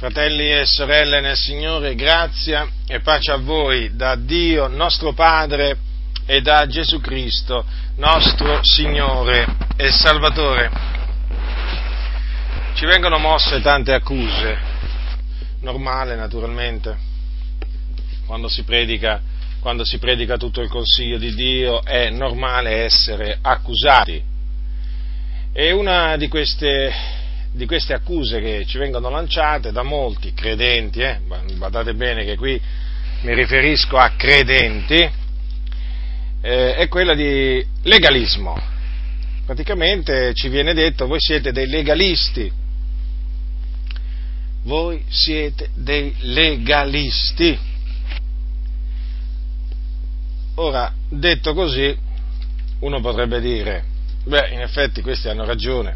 Fratelli e sorelle nel Signore, grazia e pace a voi da Dio nostro Padre e da Gesù Cristo, nostro Signore e Salvatore. Ci vengono mosse tante accuse, normale naturalmente, quando si predica tutto il consiglio di Dio è normale essere accusati. E una di queste accuse che ci vengono lanciate da molti credenti, badate bene che qui mi riferisco a credenti, è quella di legalismo. Praticamente ci viene detto: voi siete dei legalisti, voi siete dei legalisti. Ora, detto così, uno potrebbe dire: in effetti questi hanno ragione.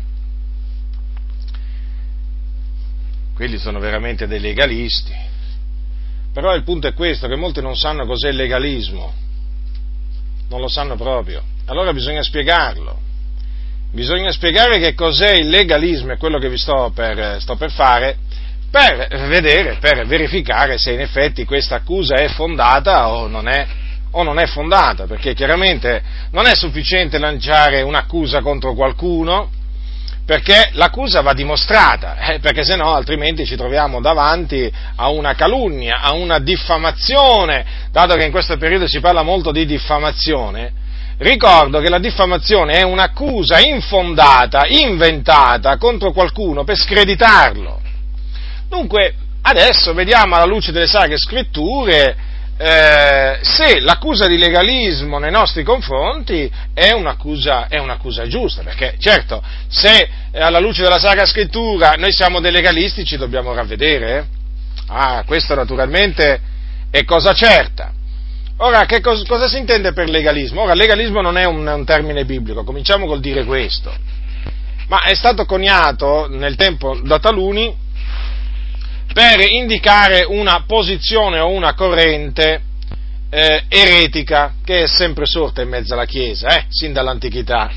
Quelli sono veramente dei legalisti. Però il punto è questo, che molti non sanno cos'è il legalismo, non lo sanno proprio. Allora bisogna spiegarlo. Bisogna spiegare che cos'è il legalismo, è quello che vi sto per fare, per vedere, per verificare se in effetti questa accusa è fondata o non è fondata, perché chiaramente non è sufficiente lanciare un'accusa contro qualcuno, perché l'accusa va dimostrata, perché se no altrimenti ci troviamo davanti a una calunnia, a una diffamazione. Dato che in questo periodo si parla molto di diffamazione, ricordo che la diffamazione è un'accusa infondata, inventata contro qualcuno per screditarlo. Dunque, adesso vediamo alla luce delle Sacre Scritture se l'accusa di legalismo nei nostri confronti è un'accusa giusta, perché certo, se alla luce della Sacra Scrittura noi siamo dei legalisti, ci dobbiamo ravvedere. Questo naturalmente è cosa certa. Ora, cosa si intende per legalismo? Ora, legalismo non è un termine biblico, cominciamo col dire questo, ma è stato coniato nel tempo da taluni per indicare una posizione o una corrente eretica che è sempre sorta in mezzo alla Chiesa, sin dall'antichità,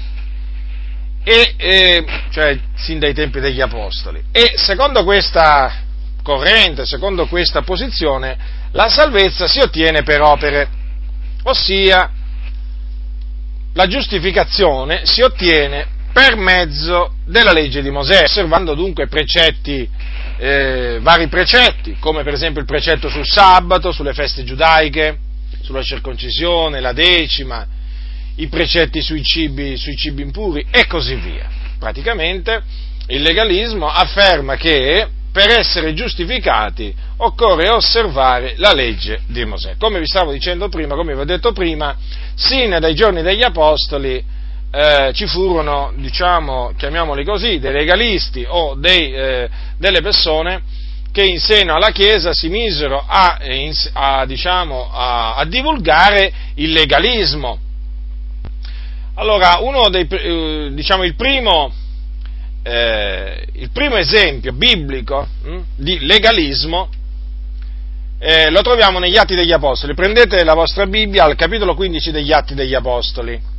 cioè sin dai tempi degli Apostoli. E secondo questa corrente, secondo questa posizione, la salvezza si ottiene per opere, ossia la giustificazione si ottiene per mezzo della legge di Mosè, osservando dunque vari precetti, come per esempio il precetto sul sabato, sulle feste giudaiche, sulla circoncisione, la decima, i precetti sui cibi impuri e così via. Praticamente il legalismo afferma che per essere giustificati occorre osservare la legge di Mosè. Come vi stavo dicendo prima, come vi ho detto prima, sin dai giorni degli Apostoli ci furono, chiamiamoli così, dei legalisti o delle persone che in seno alla Chiesa si misero a divulgare il legalismo. Allora, il primo esempio biblico di legalismo lo troviamo negli Atti degli Apostoli. Prendete la vostra Bibbia al capitolo 15 degli Atti degli Apostoli.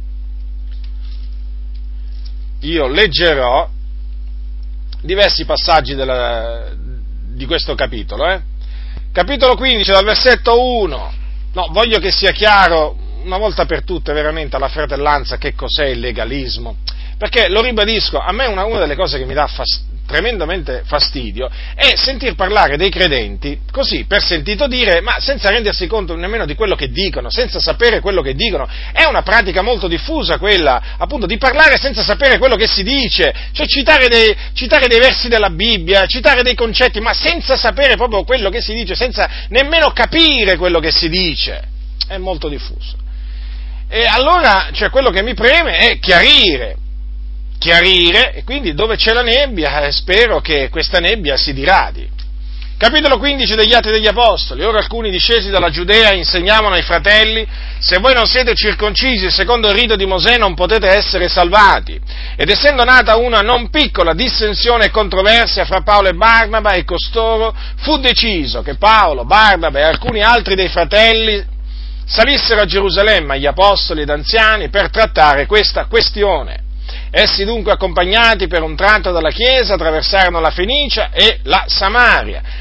Io leggerò diversi passaggi di questo capitolo. Capitolo 15 dal versetto 1. Voglio che sia chiaro una volta per tutte veramente alla fratellanza che cos'è il legalismo, perché lo ribadisco, a me una delle cose che mi dà tremendamente fastidio è sentir parlare dei credenti così per sentito dire, ma senza rendersi conto nemmeno di quello che dicono, senza sapere quello che dicono. È una pratica molto diffusa quella, appunto, di parlare senza sapere quello che si dice, cioè citare dei versi della Bibbia, citare dei concetti, ma senza sapere proprio quello che si dice, senza nemmeno capire quello che si dice. È molto diffuso. E allora, quello che mi preme è chiarire, e quindi dove c'è la nebbia spero che questa nebbia si diradi. Capitolo 15 degli Atti degli Apostoli. Ora alcuni discesi dalla Giudea insegnavano ai fratelli: se voi non siete circoncisi secondo il rito di Mosè non potete essere salvati. Ed essendo nata una non piccola dissensione e controversia fra Paolo e Barnaba e costoro, fu deciso che Paolo, Barnaba e alcuni altri dei fratelli salissero a Gerusalemme agli apostoli ed anziani per trattare questa questione. Essi dunque, accompagnati per un tratto dalla Chiesa, attraversarono la Fenicia e la Samaria.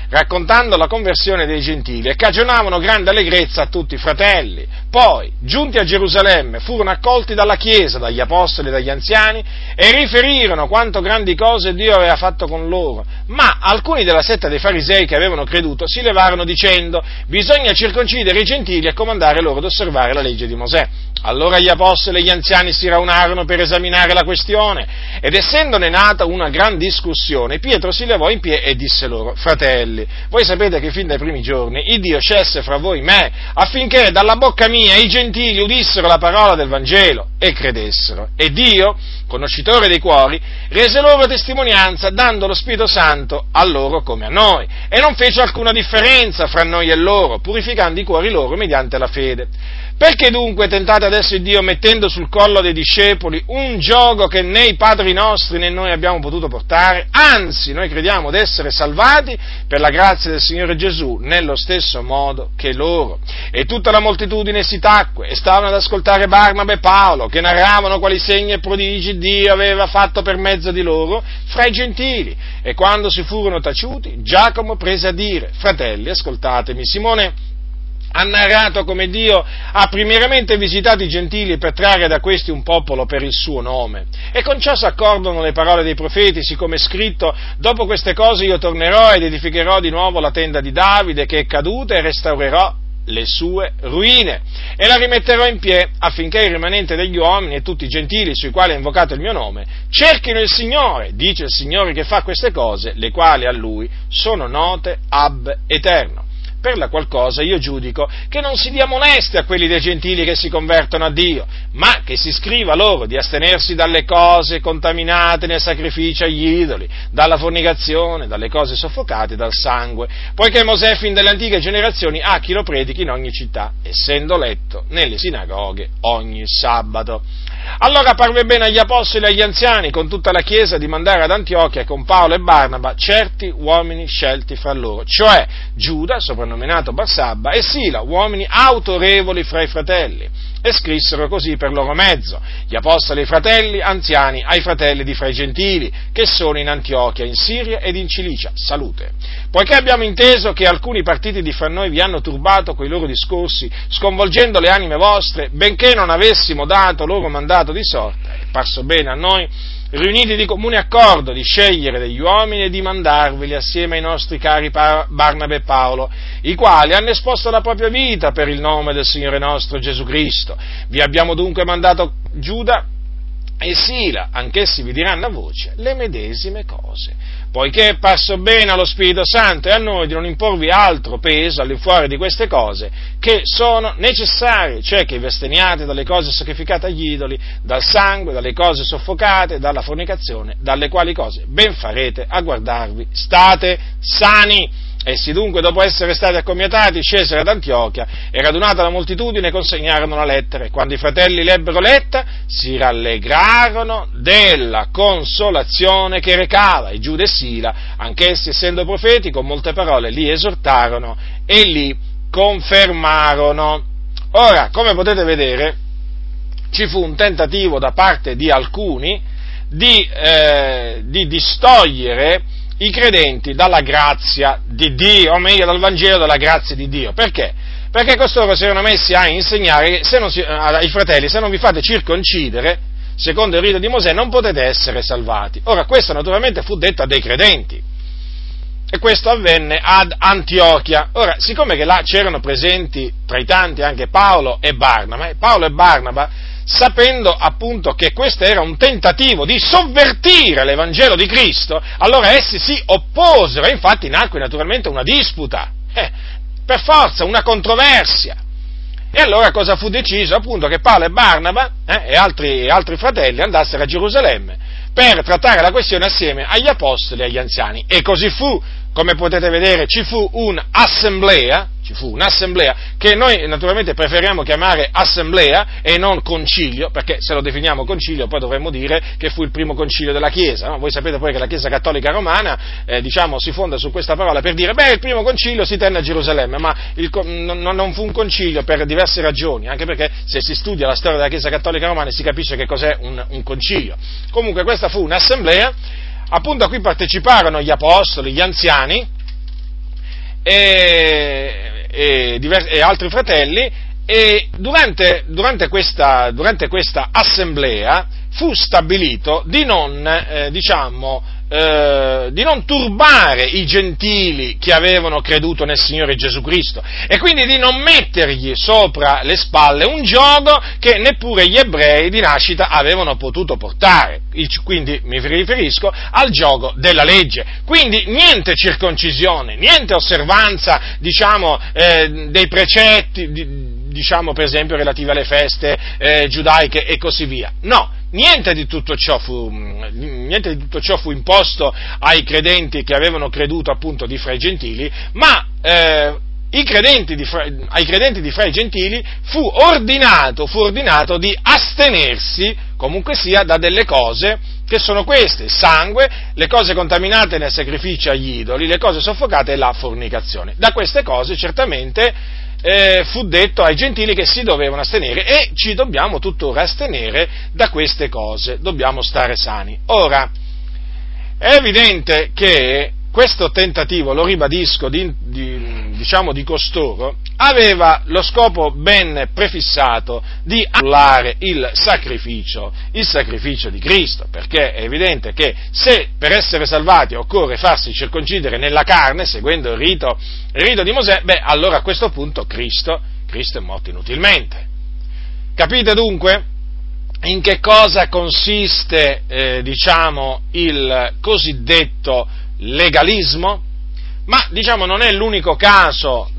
raccontando la conversione dei gentili e cagionavano grande allegrezza a tutti i fratelli. Poi, giunti a Gerusalemme, furono accolti dalla Chiesa, dagli apostoli e dagli anziani e riferirono quanto grandi cose Dio aveva fatto con loro. Ma alcuni della setta dei farisei che avevano creduto si levarono dicendo: bisogna circoncidere i gentili e comandare loro ad osservare la legge di Mosè. Allora gli apostoli e gli anziani si raunarono per esaminare la questione, ed essendone nata una gran discussione, Pietro si levò in piedi e disse loro: fratelli, voi sapete che fin dai primi giorni il Dio scelse fra voi me, affinché dalla bocca mia i gentili udissero la parola del Vangelo e credessero. E Dio, conoscitore dei cuori, rese loro testimonianza, dando lo Spirito Santo a loro come a noi, e non fece alcuna differenza fra noi e loro, purificando i cuori loro mediante la fede. Perché dunque tentate adesso il Dio mettendo sul collo dei discepoli un giogo che né i padri nostri né noi abbiamo potuto portare? Anzi, noi crediamo d'essere salvati per la grazia del Signore Gesù nello stesso modo che loro. E tutta la moltitudine si tacque e stavano ad ascoltare Barnaba e Paolo, che narravano quali segni e prodigi Dio aveva fatto per mezzo di loro fra i gentili. E quando si furono taciuti, Giacomo prese a dire: fratelli, ascoltatemi, Simone ha narrato come Dio ha primariamente visitato i gentili per trarre da questi un popolo per il suo nome. E con ciò s'accordano le parole dei profeti, siccome è scritto: dopo queste cose io tornerò ed edificherò di nuovo la tenda di Davide che è caduta e restaurerò le sue ruine e la rimetterò in piedi, affinché il rimanente degli uomini e tutti i gentili sui quali è invocato il mio nome cerchino il Signore, dice il Signore che fa queste cose, le quali a Lui sono note ab eterno. Per la qual cosa io giudico che non si dia molestia a quelli dei gentili che si convertono a Dio, ma che si scriva loro di astenersi dalle cose contaminate nei sacrifici agli idoli, dalla fornicazione, dalle cose soffocate, dal sangue, poiché Mosè fin dalle antiche generazioni ha chi lo predichi in ogni città, essendo letto nelle sinagoghe ogni sabato. Allora parve bene agli apostoli e agli anziani con tutta la Chiesa di mandare ad Antiochia con Paolo e Barnaba certi uomini scelti fra loro, cioè Giuda, soprannominato Barsabba, e Sila, uomini autorevoli fra i fratelli. E scrissero così per loro mezzo: gli apostoli e i fratelli anziani ai fratelli di fra i gentili, che sono in Antiochia, in Siria ed in Cilicia, salute. Poiché abbiamo inteso che alcuni partiti di fra noi vi hanno turbato coi loro discorsi, sconvolgendo le anime vostre, benché non avessimo dato loro mandato di sorta, è parso bene a noi, riuniti di comune accordo, di scegliere degli uomini e di mandarveli assieme ai nostri cari Barnaba e Paolo, i quali hanno esposto la propria vita per il nome del Signore nostro Gesù Cristo. Vi abbiamo dunque mandato Giuda e Sila, anch'essi vi diranno a voce le medesime cose, poiché è parso bene allo Spirito Santo e a noi di non imporvi altro peso all'infuori di queste cose che sono necessarie, cioè che vi asteniate dalle cose sacrificate agli idoli, dal sangue, dalle cose soffocate, dalla fornicazione, dalle quali cose ben farete a guardarvi, state sani. Essi dunque, dopo essere stati accomiatati, scesero ad Antiochia e radunata la moltitudine consegnarono la lettera, e quando i fratelli l'ebbero letta si rallegrarono della consolazione che recava, e Giuda e Sila, anch'essi essendo profeti, con molte parole li esortarono e li confermarono. Ora, come potete vedere, ci fu un tentativo da parte di alcuni di distogliere i credenti dalla grazia di Dio, o meglio dal Vangelo della grazia di Dio. Perché? Perché costoro si erano messi a insegnare che ai fratelli: se non vi fate circoncidere, secondo il rito di Mosè, non potete essere salvati. Ora, questo naturalmente fu detto a dei credenti, e questo avvenne ad Antiochia. Ora, siccome che là c'erano presenti tra i tanti anche Paolo e Barnaba, sapendo appunto che questo era un tentativo di sovvertire l'Evangelo di Cristo, allora essi si opposero, e infatti nacque naturalmente una disputa, per forza, una controversia. E allora cosa fu deciso? Appunto che Paolo e Barnaba e altri fratelli andassero a Gerusalemme per trattare la questione assieme agli apostoli e agli anziani. E così fu. Come potete vedere, ci fu un'assemblea, che noi naturalmente preferiamo chiamare assemblea e non concilio, perché se lo definiamo concilio poi dovremmo dire che fu il primo concilio della Chiesa, no? Voi sapete poi che la Chiesa Cattolica Romana, si fonda su questa parola per dire: il primo concilio si tenne a Gerusalemme, ma non fu un concilio per diverse ragioni, anche perché se si studia la storia della Chiesa Cattolica Romana si capisce che cos'è un concilio. Comunque questa fu un'assemblea, appunto, a cui parteciparono gli apostoli, gli anziani, e altri fratelli, e durante questa assemblea fu stabilito di non turbare i gentili che avevano creduto nel Signore Gesù Cristo, e quindi di non mettergli sopra le spalle un giogo che neppure gli ebrei di nascita avevano potuto portare. Quindi mi riferisco al giogo della legge. Quindi niente circoncisione, niente osservanza, dei precetti, per esempio relativi alle feste giudaiche e così via. No. Niente di tutto ciò fu imposto ai credenti che avevano creduto appunto di fra i gentili, ma ai credenti di fra i gentili fu ordinato di astenersi comunque sia da delle cose che sono queste: il sangue, le cose contaminate nel sacrificio agli idoli, le cose soffocate e la fornicazione. Da queste cose certamente fu detto ai gentili che si dovevano astenere, e ci dobbiamo tuttora astenere da queste cose, dobbiamo stare sani. Ora, è evidente che questo tentativo, lo ribadisco, di costoro, aveva lo scopo ben prefissato di annullare il sacrificio di Cristo, perché è evidente che se per essere salvati occorre farsi circoncidere nella carne, seguendo il rito di Mosè, allora a questo punto Cristo è morto inutilmente. Capite dunque in che cosa consiste, il cosiddetto legalismo? Ma, non è l'unico caso,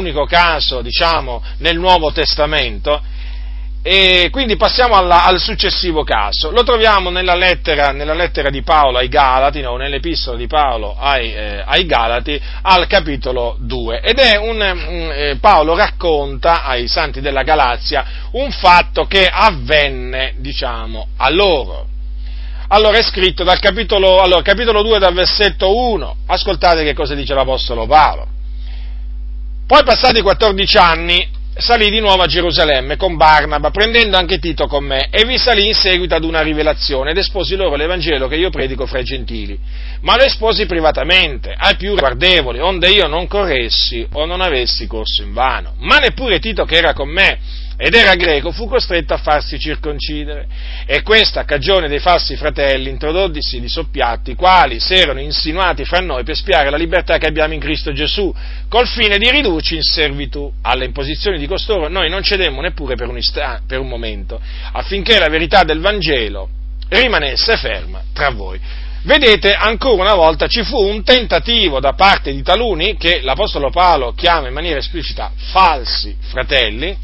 nel Nuovo Testamento, e quindi passiamo al successivo caso. Lo troviamo nella lettera di Paolo ai Galati, nell'epistola di Paolo ai Galati, al capitolo 2, ed è Paolo racconta ai santi della Galazia un fatto che avvenne, a loro. Allora è scritto dal capitolo 2, dal versetto 1, ascoltate che cosa dice l'Apostolo Paolo. Poi, passati 14 anni, salì di nuovo a Gerusalemme con Barnaba, prendendo anche Tito con me, e vi salì in seguito ad una rivelazione, ed esposi loro l'Evangelo che io predico fra i gentili. Ma lo esposi privatamente, ai più guardevoli, onde io non corressi o non avessi corso invano. Ma neppure Tito, che era con me, ed era greco, fu costretto a farsi circoncidere, e questa a cagione dei falsi fratelli, introdottisi di soppiatti, quali si erano insinuati fra noi per spiare la libertà che abbiamo in Cristo Gesù, col fine di ridurci in servitù. Alle imposizioni di costoro noi non cedemmo neppure per un momento, affinché la verità del Vangelo rimanesse ferma tra voi. Vedete, ancora una volta ci fu un tentativo da parte di taluni, che l'Apostolo Paolo chiama in maniera esplicita falsi fratelli,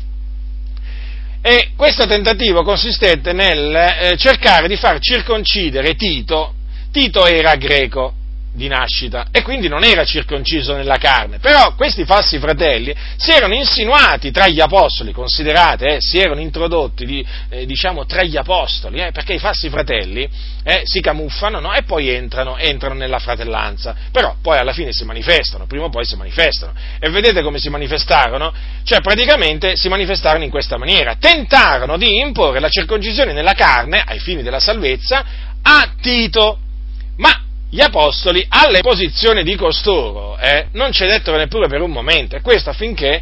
e questo tentativo consistette nel cercare di far circoncidere Tito. Tito era greco di nascita e quindi non era circonciso nella carne, però questi falsi fratelli si erano insinuati tra gli apostoli, considerate, si erano introdotti tra gli apostoli, perché i falsi fratelli si camuffano, no? E poi entrano nella fratellanza, però poi alla fine si manifestano, prima o poi si manifestano, e vedete come si manifestarono? Cioè praticamente si manifestarono in questa maniera: tentarono di imporre la circoncisione nella carne ai fini della salvezza a Tito, ma gli apostoli, alle posizioni di costoro, non cedettero neppure per un momento, e questo affinché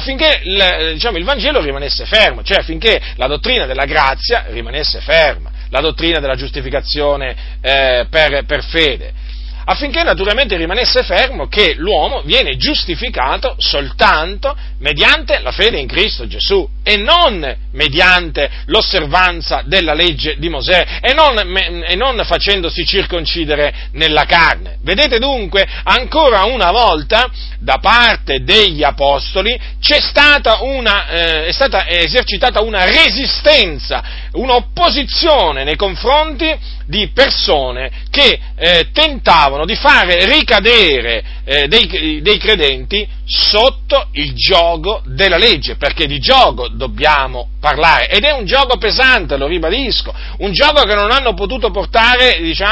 il Vangelo rimanesse fermo, cioè affinché la dottrina della grazia rimanesse ferma, la dottrina della giustificazione per fede, affinché naturalmente rimanesse fermo che l'uomo viene giustificato soltanto mediante la fede in Cristo Gesù, e non mediante l'osservanza della legge di Mosè, e non facendosi circoncidere nella carne. Vedete dunque, ancora una volta, da parte degli apostoli è stata esercitata una resistenza, un'opposizione nei confronti di persone che tentavano di fare ricadere dei credenti sotto il giogo della legge, perché di giogo dobbiamo parlare, ed è un giogo pesante, lo ribadisco, un giogo che non hanno potuto portare, gli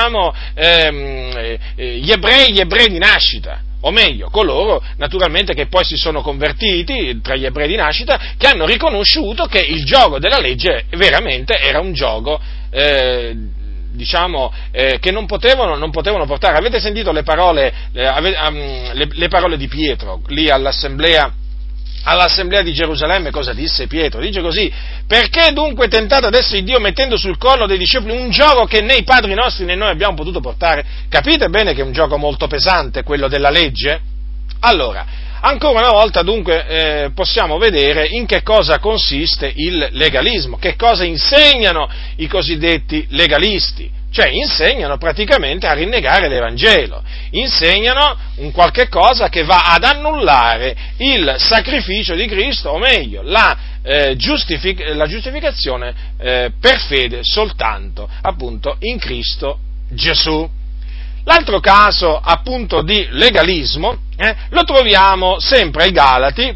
ebrei di nascita, o meglio, coloro naturalmente che poi si sono convertiti tra gli ebrei di nascita, che hanno riconosciuto che il giogo della legge veramente era un giogo che non potevano portare. Avete sentito le parole di Pietro lì all'assemblea di Gerusalemme? Cosa disse Pietro? Dice così: perché dunque tentate adesso il Dio mettendo sul collo dei discepoli un gioco che né i padri nostri né noi abbiamo potuto portare? Capite bene che è un gioco molto pesante, quello della legge? Allora, ancora una volta dunque possiamo vedere in che cosa consiste il legalismo, che cosa insegnano i cosiddetti legalisti. Cioè insegnano praticamente a rinnegare l'Evangelo, insegnano un qualche cosa che va ad annullare il sacrificio di Cristo, o meglio, la giustificazione per fede soltanto, appunto, in Cristo Gesù. L'altro caso, appunto, di legalismo lo troviamo sempre ai Galati,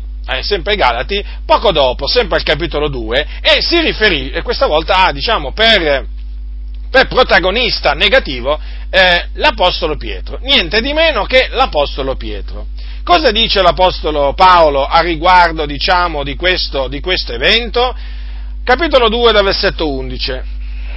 poco dopo, sempre al capitolo 2, e si riferì, e questa volta per protagonista negativo l'Apostolo Pietro, niente di meno che l'Apostolo Pietro. Cosa dice l'Apostolo Paolo a riguardo, di questo evento? Capitolo 2 dal versetto 11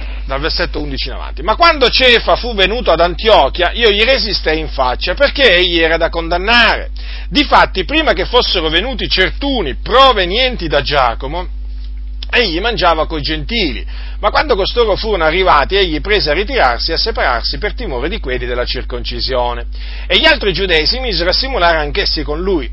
in avanti. Ma quando Cefa fu venuto ad Antiochia, io gli resistei in faccia, perché egli era da condannare. Difatti, prima che fossero venuti certuni provenienti da Giacomo, egli mangiava coi gentili, ma quando costoro furono arrivati, egli prese a ritirarsi e a separarsi per timore di quelli della circoncisione. E gli altri giudei si misero a simulare anch'essi con lui,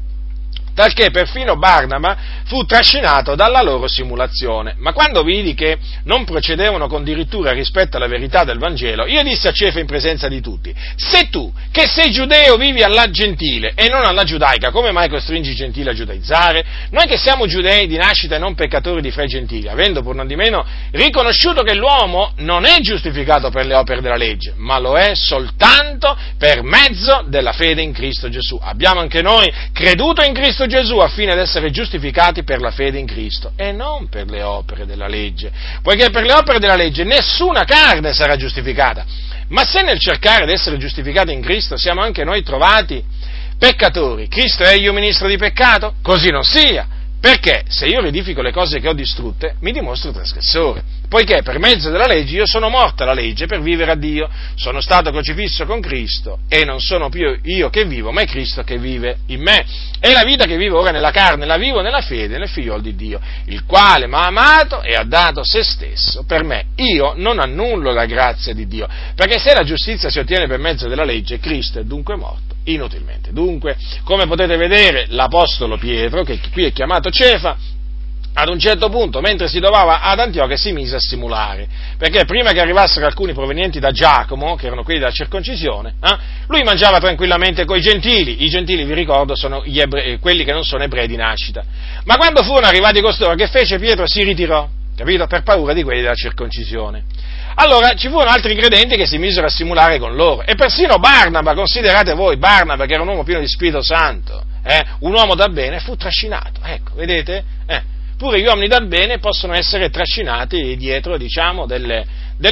talché perfino Barnaba fu trascinato dalla loro simulazione. Ma quando vidi che non procedevano con dirittura rispetto alla verità del Vangelo, io dissi a Cefa in presenza di tutti: se tu, che sei giudeo, vivi alla gentile e non alla giudaica, come mai costringi i gentili a giudaizzare? Noi che siamo giudei di nascita e non peccatori di fra i gentili, avendo pur non di meno riconosciuto che l'uomo non è giustificato per le opere della legge, ma lo è soltanto per mezzo della fede in Cristo Gesù. Abbiamo anche noi creduto in Cristo Gesù affine ad essere giustificati per la fede in Cristo e non per le opere della legge, poiché per le opere della legge nessuna carne sarà giustificata. Ma se nel cercare di essere giustificati in Cristo siamo anche noi trovati peccatori, Cristo è io ministro di peccato? Così non sia, perché se io riedifico le cose che ho distrutte mi dimostro trasgressore, poiché per mezzo della legge io sono morto alla legge per vivere a Dio, sono stato crocifisso con Cristo e non sono più io che vivo, ma è Cristo che vive in me. E la vita che vivo ora nella carne la vivo nella fede nel Figliolo di Dio, il quale mi ha amato e ha dato se stesso per me. Io non annullo la grazia di Dio, perché se la giustizia si ottiene per mezzo della legge, Cristo è dunque morto inutilmente. Dunque, come potete vedere, l'Apostolo Pietro, che qui è chiamato Cefa, ad un certo punto, mentre si trovava ad Antiochia, si mise a simulare, perché prima che arrivassero alcuni provenienti da Giacomo, che erano quelli della circoncisione, lui mangiava tranquillamente coi gentili. I gentili, vi ricordo, sono gli ebrei, quelli che non sono ebrei di nascita. Ma quando furono arrivati costoro, che fece Pietro? Si ritirò, capito? Per paura di quelli della circoncisione. Allora ci furono altri credenti che si misero a simulare con loro, e persino Barnaba, considerate voi, Barnaba, che era un uomo pieno di Spirito Santo, un uomo da bene, fu trascinato. Ecco, vedete? Pure gli uomini da bene possono essere trascinati dietro, delle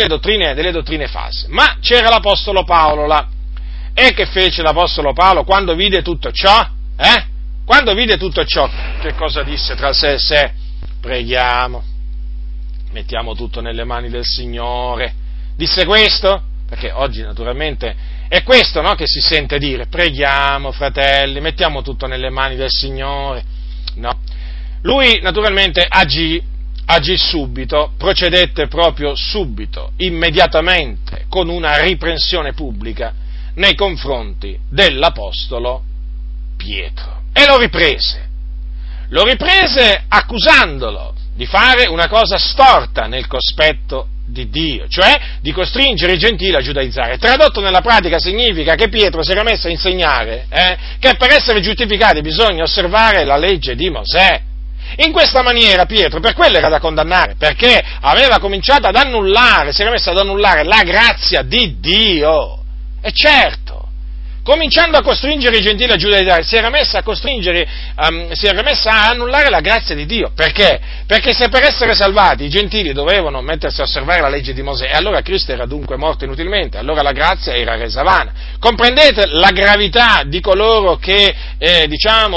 dottrine false. Ma c'era l'Apostolo Paolo là. E che fece l'Apostolo Paolo quando vide tutto ciò? Quando vide tutto ciò, che cosa disse tra sé e sé? Preghiamo, mettiamo tutto nelle mani del Signore. Disse questo? Perché oggi naturalmente è questo, no, che si sente dire: preghiamo, fratelli, mettiamo tutto nelle mani del Signore. No. Lui naturalmente agì subito, procedette proprio subito, immediatamente, con una riprensione pubblica nei confronti dell'Apostolo Pietro. E lo riprese accusandolo di fare una cosa storta nel cospetto di Dio, cioè di costringere i gentili a giudaizzare. Tradotto nella pratica significa che Pietro si era messo a insegnare che per essere giustificati bisogna osservare la legge di Mosè. In questa maniera Pietro, per quello era da condannare, perché aveva cominciato ad annullare, si era messo ad annullare la grazia di Dio. E certo, cominciando a costringere i gentili a giudaizzare, si era messa a annullare la grazia di Dio. Perché? Perché se per essere salvati i gentili dovevano mettersi a osservare la legge di Mosè, allora Cristo era dunque morto inutilmente, allora la grazia era resa vana. Comprendete la gravità di coloro che,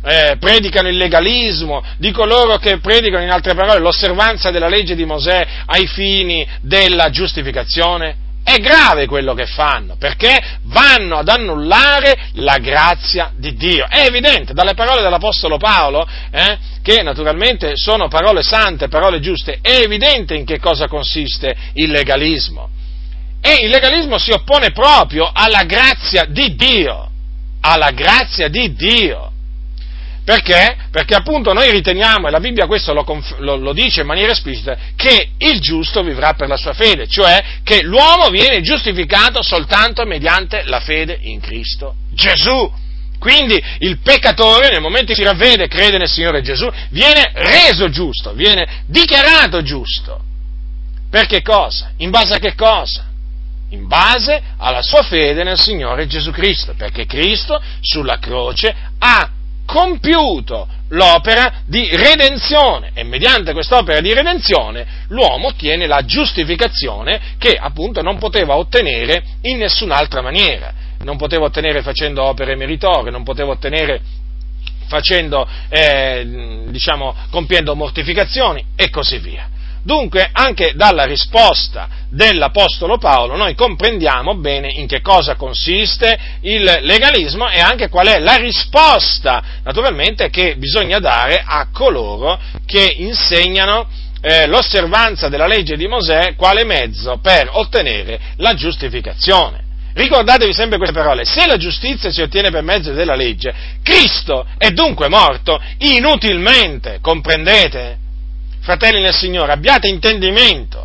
predicano il legalismo, di coloro che predicano, in altre parole, l'osservanza della legge di Mosè ai fini della giustificazione. È grave quello che fanno, perché vanno ad annullare la grazia di Dio. È evidente dalle parole dell'Apostolo Paolo, che naturalmente sono parole sante, parole giuste, è evidente in che cosa consiste il legalismo. E il legalismo si oppone proprio alla grazia di Dio, alla grazia di Dio. Perché? Perché appunto noi riteniamo, e la Bibbia questo lo dice in maniera esplicita, che il giusto vivrà per la sua fede, cioè che l'uomo viene giustificato soltanto mediante la fede in Cristo Gesù. Quindi il peccatore, nel momento in cui si ravvede e crede nel Signore Gesù, viene reso giusto, viene dichiarato giusto. Per che cosa? In base a che cosa? In base alla sua fede nel Signore Gesù Cristo, perché Cristo sulla croce ha compiuto l'opera di redenzione e mediante quest'opera di redenzione l'uomo ottiene la giustificazione che appunto non poteva ottenere in nessun'altra maniera, non poteva ottenere facendo opere meritorie, non poteva ottenere facendo, compiendo mortificazioni e così via. Dunque, anche dalla risposta dell'Apostolo Paolo noi comprendiamo bene in che cosa consiste il legalismo e anche qual è la risposta, naturalmente, che bisogna dare a coloro che insegnano l'osservanza della legge di Mosè quale mezzo per ottenere la giustificazione. Ricordatevi sempre queste parole: se la giustizia si ottiene per mezzo della legge, Cristo è dunque morto inutilmente, comprendete? Fratelli nel Signore, abbiate intendimento,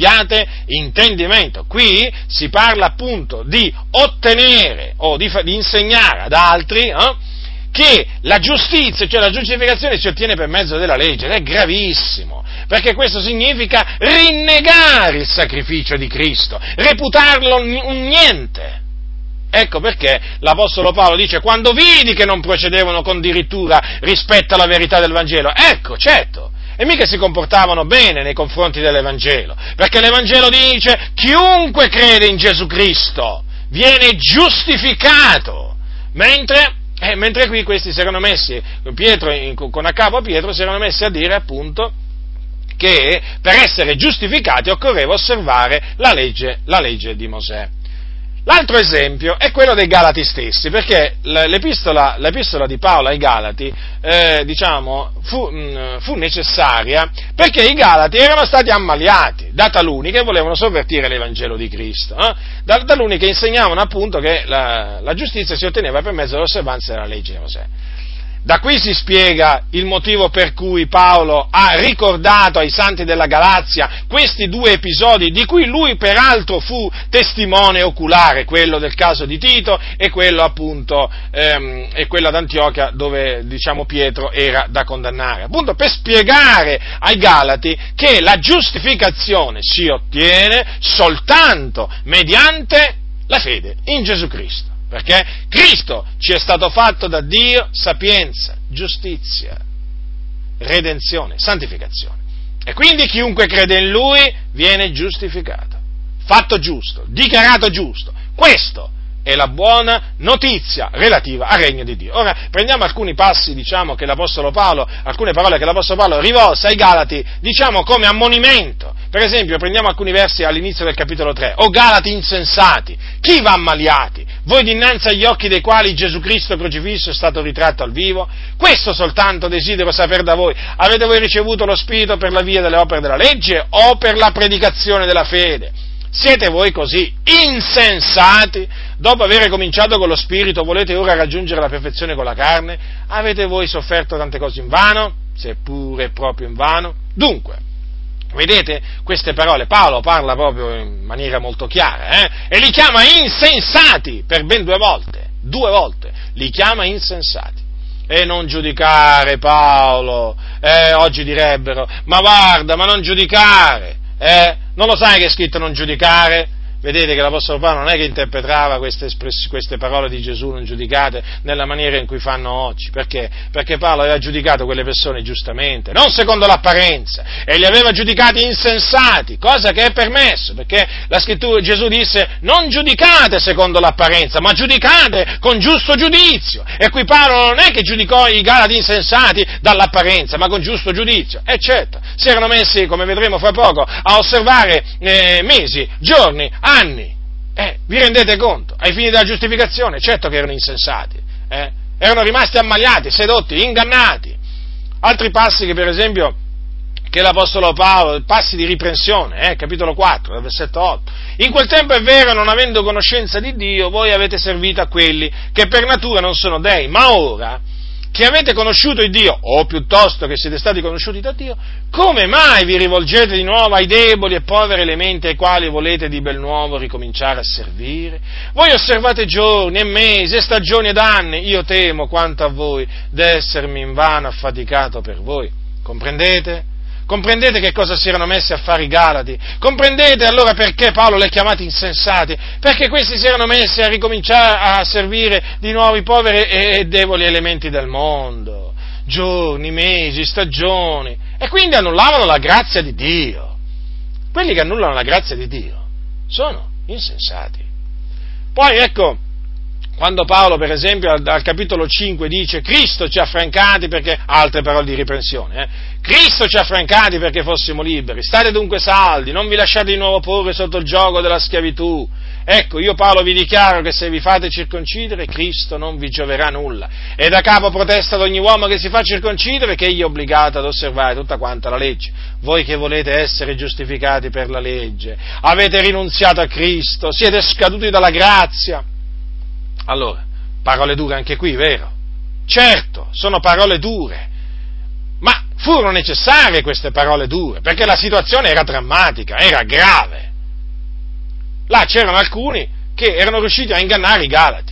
qui si parla appunto di ottenere o di insegnare ad altri che la giustizia, cioè la giustificazione si ottiene per mezzo della legge, ed è gravissimo, perché questo significa rinnegare il sacrificio di Cristo, reputarlo un niente. Ecco perché l'Apostolo Paolo dice: quando vidi che non procedevano con dirittura rispetto alla verità del Vangelo, ecco, certo, e mica si comportavano bene nei confronti dell'Evangelo, perché l'Evangelo dice: chiunque crede in Gesù Cristo viene giustificato, mentre qui questi si erano messi, con a capo Pietro, si erano messi a dire appunto che per essere giustificati occorreva osservare la legge di Mosè. L'altro esempio è quello dei Galati stessi, perché l'epistola di Paolo ai Galati, fu necessaria perché i Galati erano stati ammaliati da taluni che volevano sovvertire l'Evangelo di Cristo, da taluni che insegnavano appunto che la giustizia si otteneva per mezzo dell'osservanza della legge di Mosè. Da qui si spiega il motivo per cui Paolo ha ricordato ai santi della Galazia questi due episodi, di cui lui peraltro fu testimone oculare, quello del caso di Tito e quello appunto e quello ad Antiochia dove Pietro era da condannare, appunto per spiegare ai Galati che la giustificazione si ottiene soltanto mediante la fede in Gesù Cristo. Perché Cristo ci è stato fatto da Dio sapienza, giustizia, redenzione, santificazione. E quindi chiunque crede in Lui viene giustificato, fatto giusto, dichiarato giusto. Questo è la buona notizia relativa al regno di Dio. Ora prendiamo alcuni passi, che l'Apostolo Paolo, alcune parole che l'Apostolo Paolo rivolse ai Galati, come ammonimento. Per esempio, prendiamo alcuni versi all'inizio del capitolo 3. O Galati insensati, chi va ammaliati? Voi dinanzi agli occhi dei quali Gesù Cristo crocifisso è stato ritratto al vivo? Questo soltanto desidero sapere da voi. Avete voi ricevuto lo Spirito per la via delle opere della legge o per la predicazione della fede? Siete voi così insensati? Dopo aver cominciato con lo Spirito, volete ora raggiungere la perfezione con la carne? Avete voi sofferto tante cose in vano? Seppure proprio in vano? Dunque, vedete queste parole? Paolo parla proprio in maniera molto chiara, e li chiama insensati per ben due volte, li chiama insensati. E non giudicare, Paolo, oggi direbbero, ma guarda, ma non giudicare, non lo sai che è scritto non giudicare? Vedete che l'Apostolo Paolo non è che interpretava queste parole di Gesù non giudicate nella maniera in cui fanno oggi. Perché? Perché Paolo aveva giudicato quelle persone giustamente, non secondo l'apparenza, e li aveva giudicati insensati, cosa che è permesso, perché la Scrittura, Gesù disse: non giudicate secondo l'apparenza, ma giudicate con giusto giudizio. E qui Paolo non è che giudicò i Galati insensati dall'apparenza, ma con giusto giudizio. E certo, si erano messi, come vedremo fra poco, a osservare mesi, giorni, anni, vi rendete conto? Ai fini della giustificazione, certo che erano insensati, erano rimasti ammaliati, sedotti, ingannati. Altri passi che per esempio che l'Apostolo Paolo, passi di riprensione, capitolo 4, versetto 8. In quel tempo è vero, non avendo conoscenza di Dio, voi avete servito a quelli che per natura non sono dei, ma ora che avete conosciuto il Dio, o piuttosto che siete stati conosciuti da Dio, come mai vi rivolgete di nuovo ai deboli e poveri elementi ai quali volete di bel nuovo ricominciare a servire? Voi osservate giorni e mesi e stagioni ed anni, io temo quanto a voi d'essermi invano affaticato per voi. Comprendete? Comprendete che cosa si erano messi a fare i Galati? Comprendete allora perché Paolo li ha chiamati insensati? Perché questi si erano messi a ricominciare a servire di nuovo i poveri e deboli elementi del mondo. Giorni, mesi, stagioni. E quindi annullavano la grazia di Dio. Quelli che annullano la grazia di Dio sono insensati. Poi ecco, quando Paolo, per esempio, al capitolo 5 dice: Cristo ci ha affrancati perché, altre parole di riprensione, Cristo ci ha affrancati perché fossimo liberi, state dunque saldi, non vi lasciate di nuovo porre sotto il giogo della schiavitù. Ecco, io Paolo vi dichiaro che se vi fate circoncidere, Cristo non vi gioverà nulla. E da capo protesta ad ogni uomo che si fa circoncidere che egli è obbligato ad osservare tutta quanta la legge. Voi che volete essere giustificati per la legge, avete rinunziato a Cristo, siete scaduti dalla grazia. Allora, parole dure anche qui, vero? Certo, sono parole dure, ma furono necessarie queste parole dure, perché la situazione era drammatica, era grave. Là c'erano alcuni che erano riusciti a ingannare i Galati,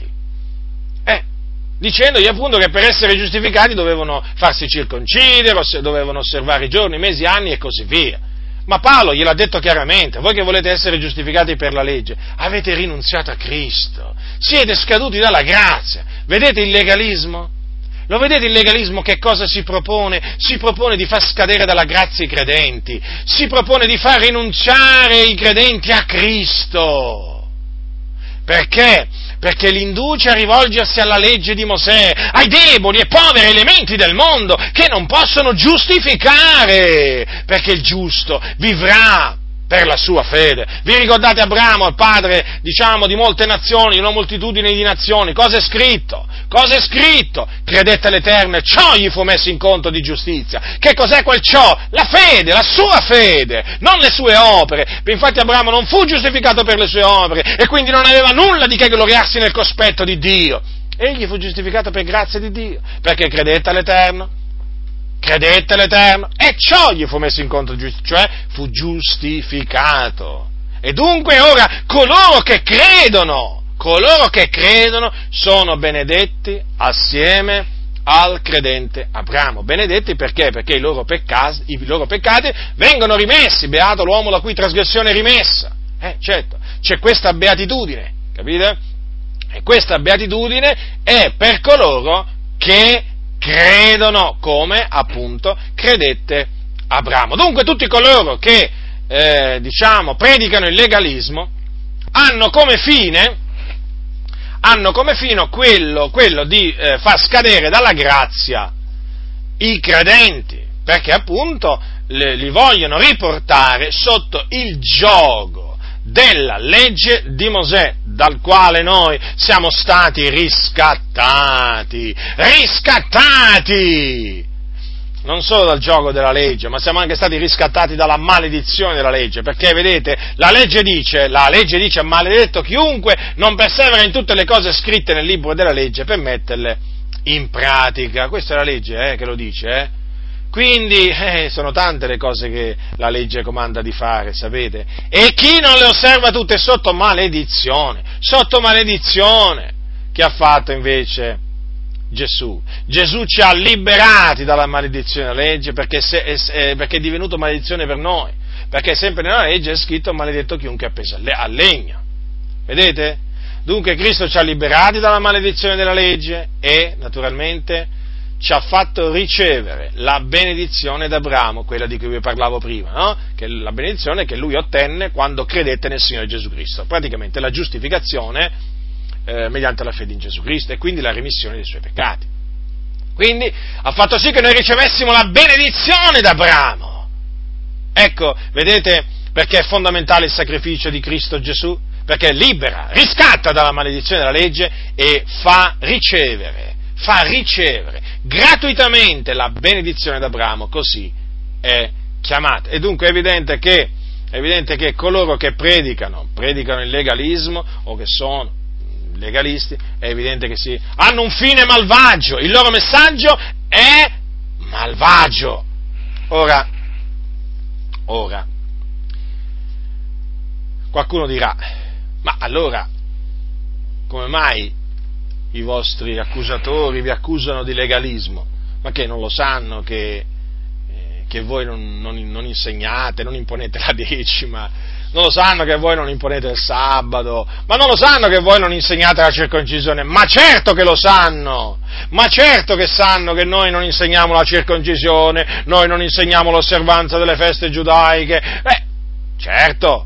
dicendogli appunto che per essere giustificati dovevano farsi circoncidere, dovevano osservare i giorni, mesi, anni e così via. Ma Paolo gliel'ha detto chiaramente: voi che volete essere giustificati per la legge, avete rinunziato a Cristo, siete scaduti dalla grazia. Vedete il legalismo? Lo vedete il legalismo che cosa si propone? Si propone di far scadere dalla grazia i credenti, si propone di far rinunciare i credenti a Cristo. Perché? Perché li induce a rivolgersi alla legge di Mosè, ai deboli e poveri elementi del mondo che non possono giustificare, perché il giusto vivrà per la sua fede. Vi ricordate Abramo, il padre, di molte nazioni, di una moltitudine di nazioni? Cosa è scritto? Cosa è scritto? Credette all'Eterno e ciò gli fu messo in conto di giustizia. Che cos'è quel ciò? La fede, la sua fede, non le sue opere. Infatti Abramo non fu giustificato per le sue opere e quindi non aveva nulla di che gloriarsi nel cospetto di Dio. Egli fu giustificato per grazia di Dio, perché credette all'Eterno e ciò gli fu messo in conto, cioè fu giustificato. E dunque ora coloro che credono sono benedetti assieme al credente Abramo. Benedetti perché? Perché i loro peccati vengono rimessi, beato l'uomo la cui trasgressione è rimessa. Certo, c'è questa beatitudine, capite? E questa beatitudine è per coloro che credono come appunto credette Abramo. Dunque tutti coloro che predicano il legalismo hanno come fine quello di far scadere dalla grazia i credenti, perché appunto li vogliono riportare sotto il giogo della legge di Mosè, dal quale noi siamo stati riscattati! Non solo dal giogo della legge, ma siamo anche stati riscattati dalla maledizione della legge, perché vedete, la legge dice, maledetto chiunque non persevera in tutte le cose scritte nel libro della legge per metterle in pratica. Questa è la legge, che lo dice, Quindi, sono tante le cose che la legge comanda di fare, sapete? E chi non le osserva tutte è sotto maledizione. Che ha fatto invece Gesù? Gesù ci ha liberati dalla maledizione della legge perché è divenuto maledizione per noi. Perché sempre nella legge è scritto maledetto chiunque è appeso al legno. Vedete? Dunque Cristo ci ha liberati dalla maledizione della legge e, naturalmente, ci ha fatto ricevere la benedizione d'Abramo, quella di cui vi parlavo prima, no? Che la benedizione che lui ottenne quando credette nel Signore Gesù Cristo, praticamente la giustificazione mediante la fede in Gesù Cristo e quindi la remissione dei suoi peccati. Quindi ha fatto sì che noi ricevessimo la benedizione d'Abramo. Ecco, vedete perché è fondamentale il sacrificio di Cristo Gesù? Perché libera, riscatta dalla maledizione della legge e fa ricevere gratuitamente la benedizione d'Abramo, così è chiamata. E dunque è evidente che coloro che predicano il legalismo o che sono legalisti, è evidente che hanno un fine malvagio, il loro messaggio è malvagio. Ora, qualcuno dirà, ma allora, come mai i vostri accusatori vi accusano di legalismo? Ma che non lo sanno che voi non insegnate, non imponete la decima? Non lo sanno che voi non imponete il sabato? Ma non lo sanno che voi non insegnate la circoncisione? Ma certo che lo sanno! Ma certo che sanno che noi non insegniamo la circoncisione, noi non insegniamo l'osservanza delle feste giudaiche. Certo.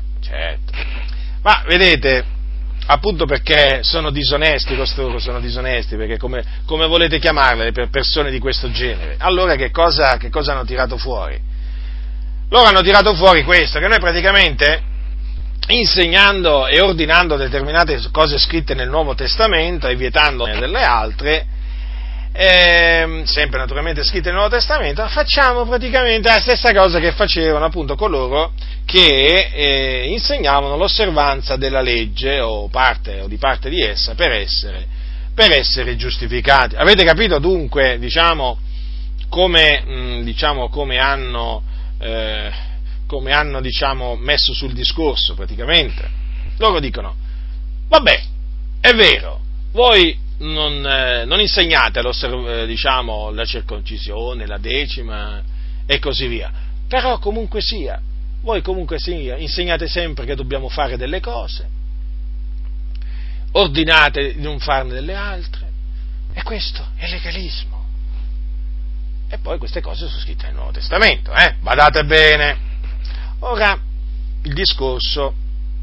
Ma vedete, appunto perché sono disonesti costoro, perché come volete chiamarle per persone di questo genere? Allora che cosa hanno tirato fuori? Loro hanno tirato fuori questo, che noi praticamente, insegnando e ordinando determinate cose scritte nel Nuovo Testamento e vietando delle altre, sempre naturalmente scritte nel Nuovo Testamento, facciamo praticamente la stessa cosa che facevano appunto coloro che insegnavano l'osservanza della legge o di parte di essa per essere giustificati. Avete capito dunque, come hanno messo sul discorso praticamente? Loro dicono, vabbè, è vero, voi non insegnate la circoncisione, la decima e così via, però comunque sia, voi comunque sia, insegnate sempre che dobbiamo fare delle cose, ordinate di non farne delle altre, e questo è legalismo. E poi queste cose sono scritte nel Nuovo Testamento, badate bene. Ora, il discorso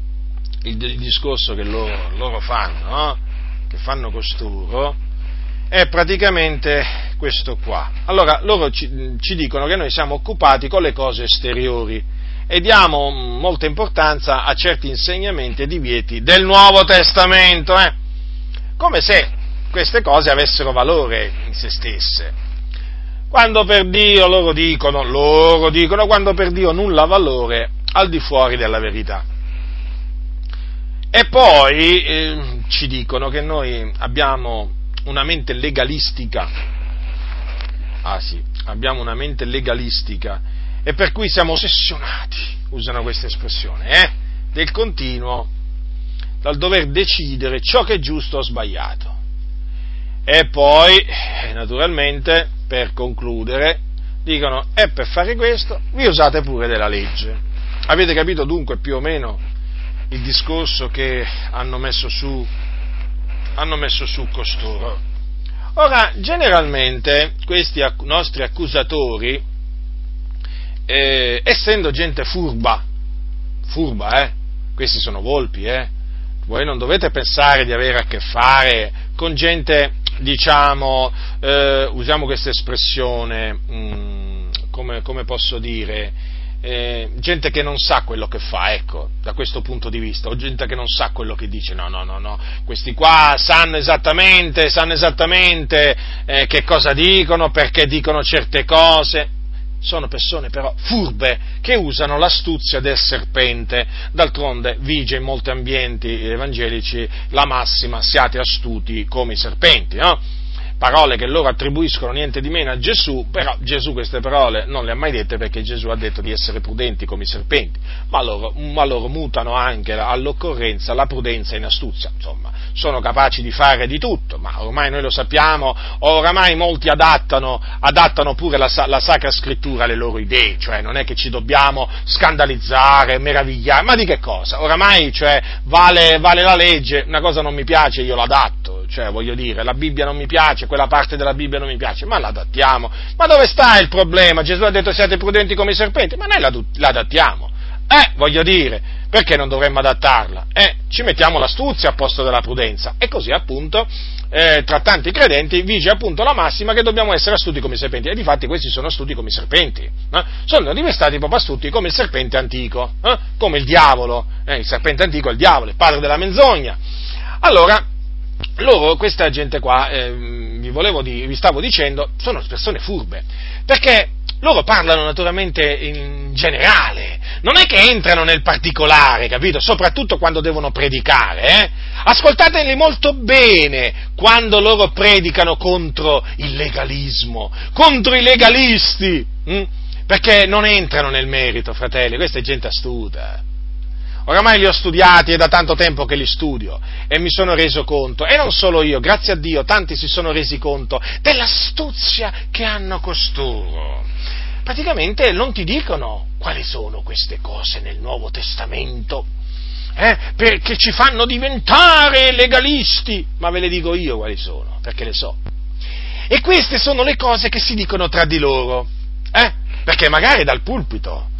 che loro fanno, no? Che fanno costoro, è praticamente questo qua. Allora, loro ci dicono che noi siamo occupati con le cose esteriori e diamo molta importanza a certi insegnamenti e divieti del Nuovo Testamento, come se queste cose avessero valore in se stesse. Quando per Dio, loro dicono, quando per Dio nulla ha valore al di fuori della verità. E poi ci dicono che noi abbiamo una mente legalistica. Abbiamo una mente legalistica e per cui siamo ossessionati, usano questa espressione, del continuo, dal dover decidere ciò che è giusto o sbagliato. E poi, naturalmente, per concludere, dicono, per fare questo vi usate pure della legge. Avete capito dunque più o meno il discorso che hanno messo su costoro? Ora, generalmente, questi nostri accusatori, essendo gente furba, questi sono volpi, voi non dovete pensare di avere a che fare con gente, usiamo questa espressione, come posso dire, gente che non sa quello che fa, ecco, da questo punto di vista, o gente che non sa quello che dice, no, questi qua sanno esattamente che cosa dicono, perché dicono certe cose. Sono persone però furbe che usano l'astuzia del serpente. D'altronde vige in molti ambienti evangelici la massima: siate astuti come i serpenti, no? parole che loro attribuiscono niente di meno a Gesù, però Gesù queste parole non le ha mai dette, perché Gesù ha detto di essere prudenti come i serpenti, ma loro mutano anche all'occorrenza la prudenza in astuzia, insomma, sono capaci di fare di tutto, ma ormai noi lo sappiamo, oramai molti adattano pure la Sacra Scrittura alle loro idee, cioè non è che ci dobbiamo scandalizzare, meravigliare, ma di che cosa? Oramai, cioè, vale la legge, una cosa non mi piace, io l'adatto, cioè, voglio dire, la Bibbia non mi piace, quella parte della Bibbia non mi piace, ma l'adattiamo. Ma dove sta il problema? Gesù ha detto siate prudenti come i serpenti, ma noi l'adattiamo. Voglio dire, perché non dovremmo adattarla? Ci mettiamo l'astuzia al posto della prudenza, e così appunto tra tanti credenti vige appunto la massima che dobbiamo essere astuti come i serpenti, e difatti questi sono astuti come i serpenti, sono diventati proprio astuti come il serpente antico, come il diavolo, il serpente antico è il diavolo, il padre della menzogna. Allora, questa gente qua, vi stavo dicendo, sono persone furbe, perché loro parlano naturalmente in generale, non è che entrano nel particolare, capito? Soprattutto quando devono predicare, Ascoltateli molto bene quando loro predicano contro il legalismo, contro i legalisti, perché non entrano nel merito, fratelli, questa è gente astuta. Oramai li ho studiati, è da tanto tempo che li studio e mi sono reso conto, e non solo io, grazie a Dio, tanti si sono resi conto dell'astuzia che hanno costoro. Praticamente non ti dicono quali sono queste cose nel Nuovo Testamento, perché ci fanno diventare legalisti, ma ve le dico io quali sono, perché le so. E queste sono le cose che si dicono tra di loro, perché magari dal pulpito,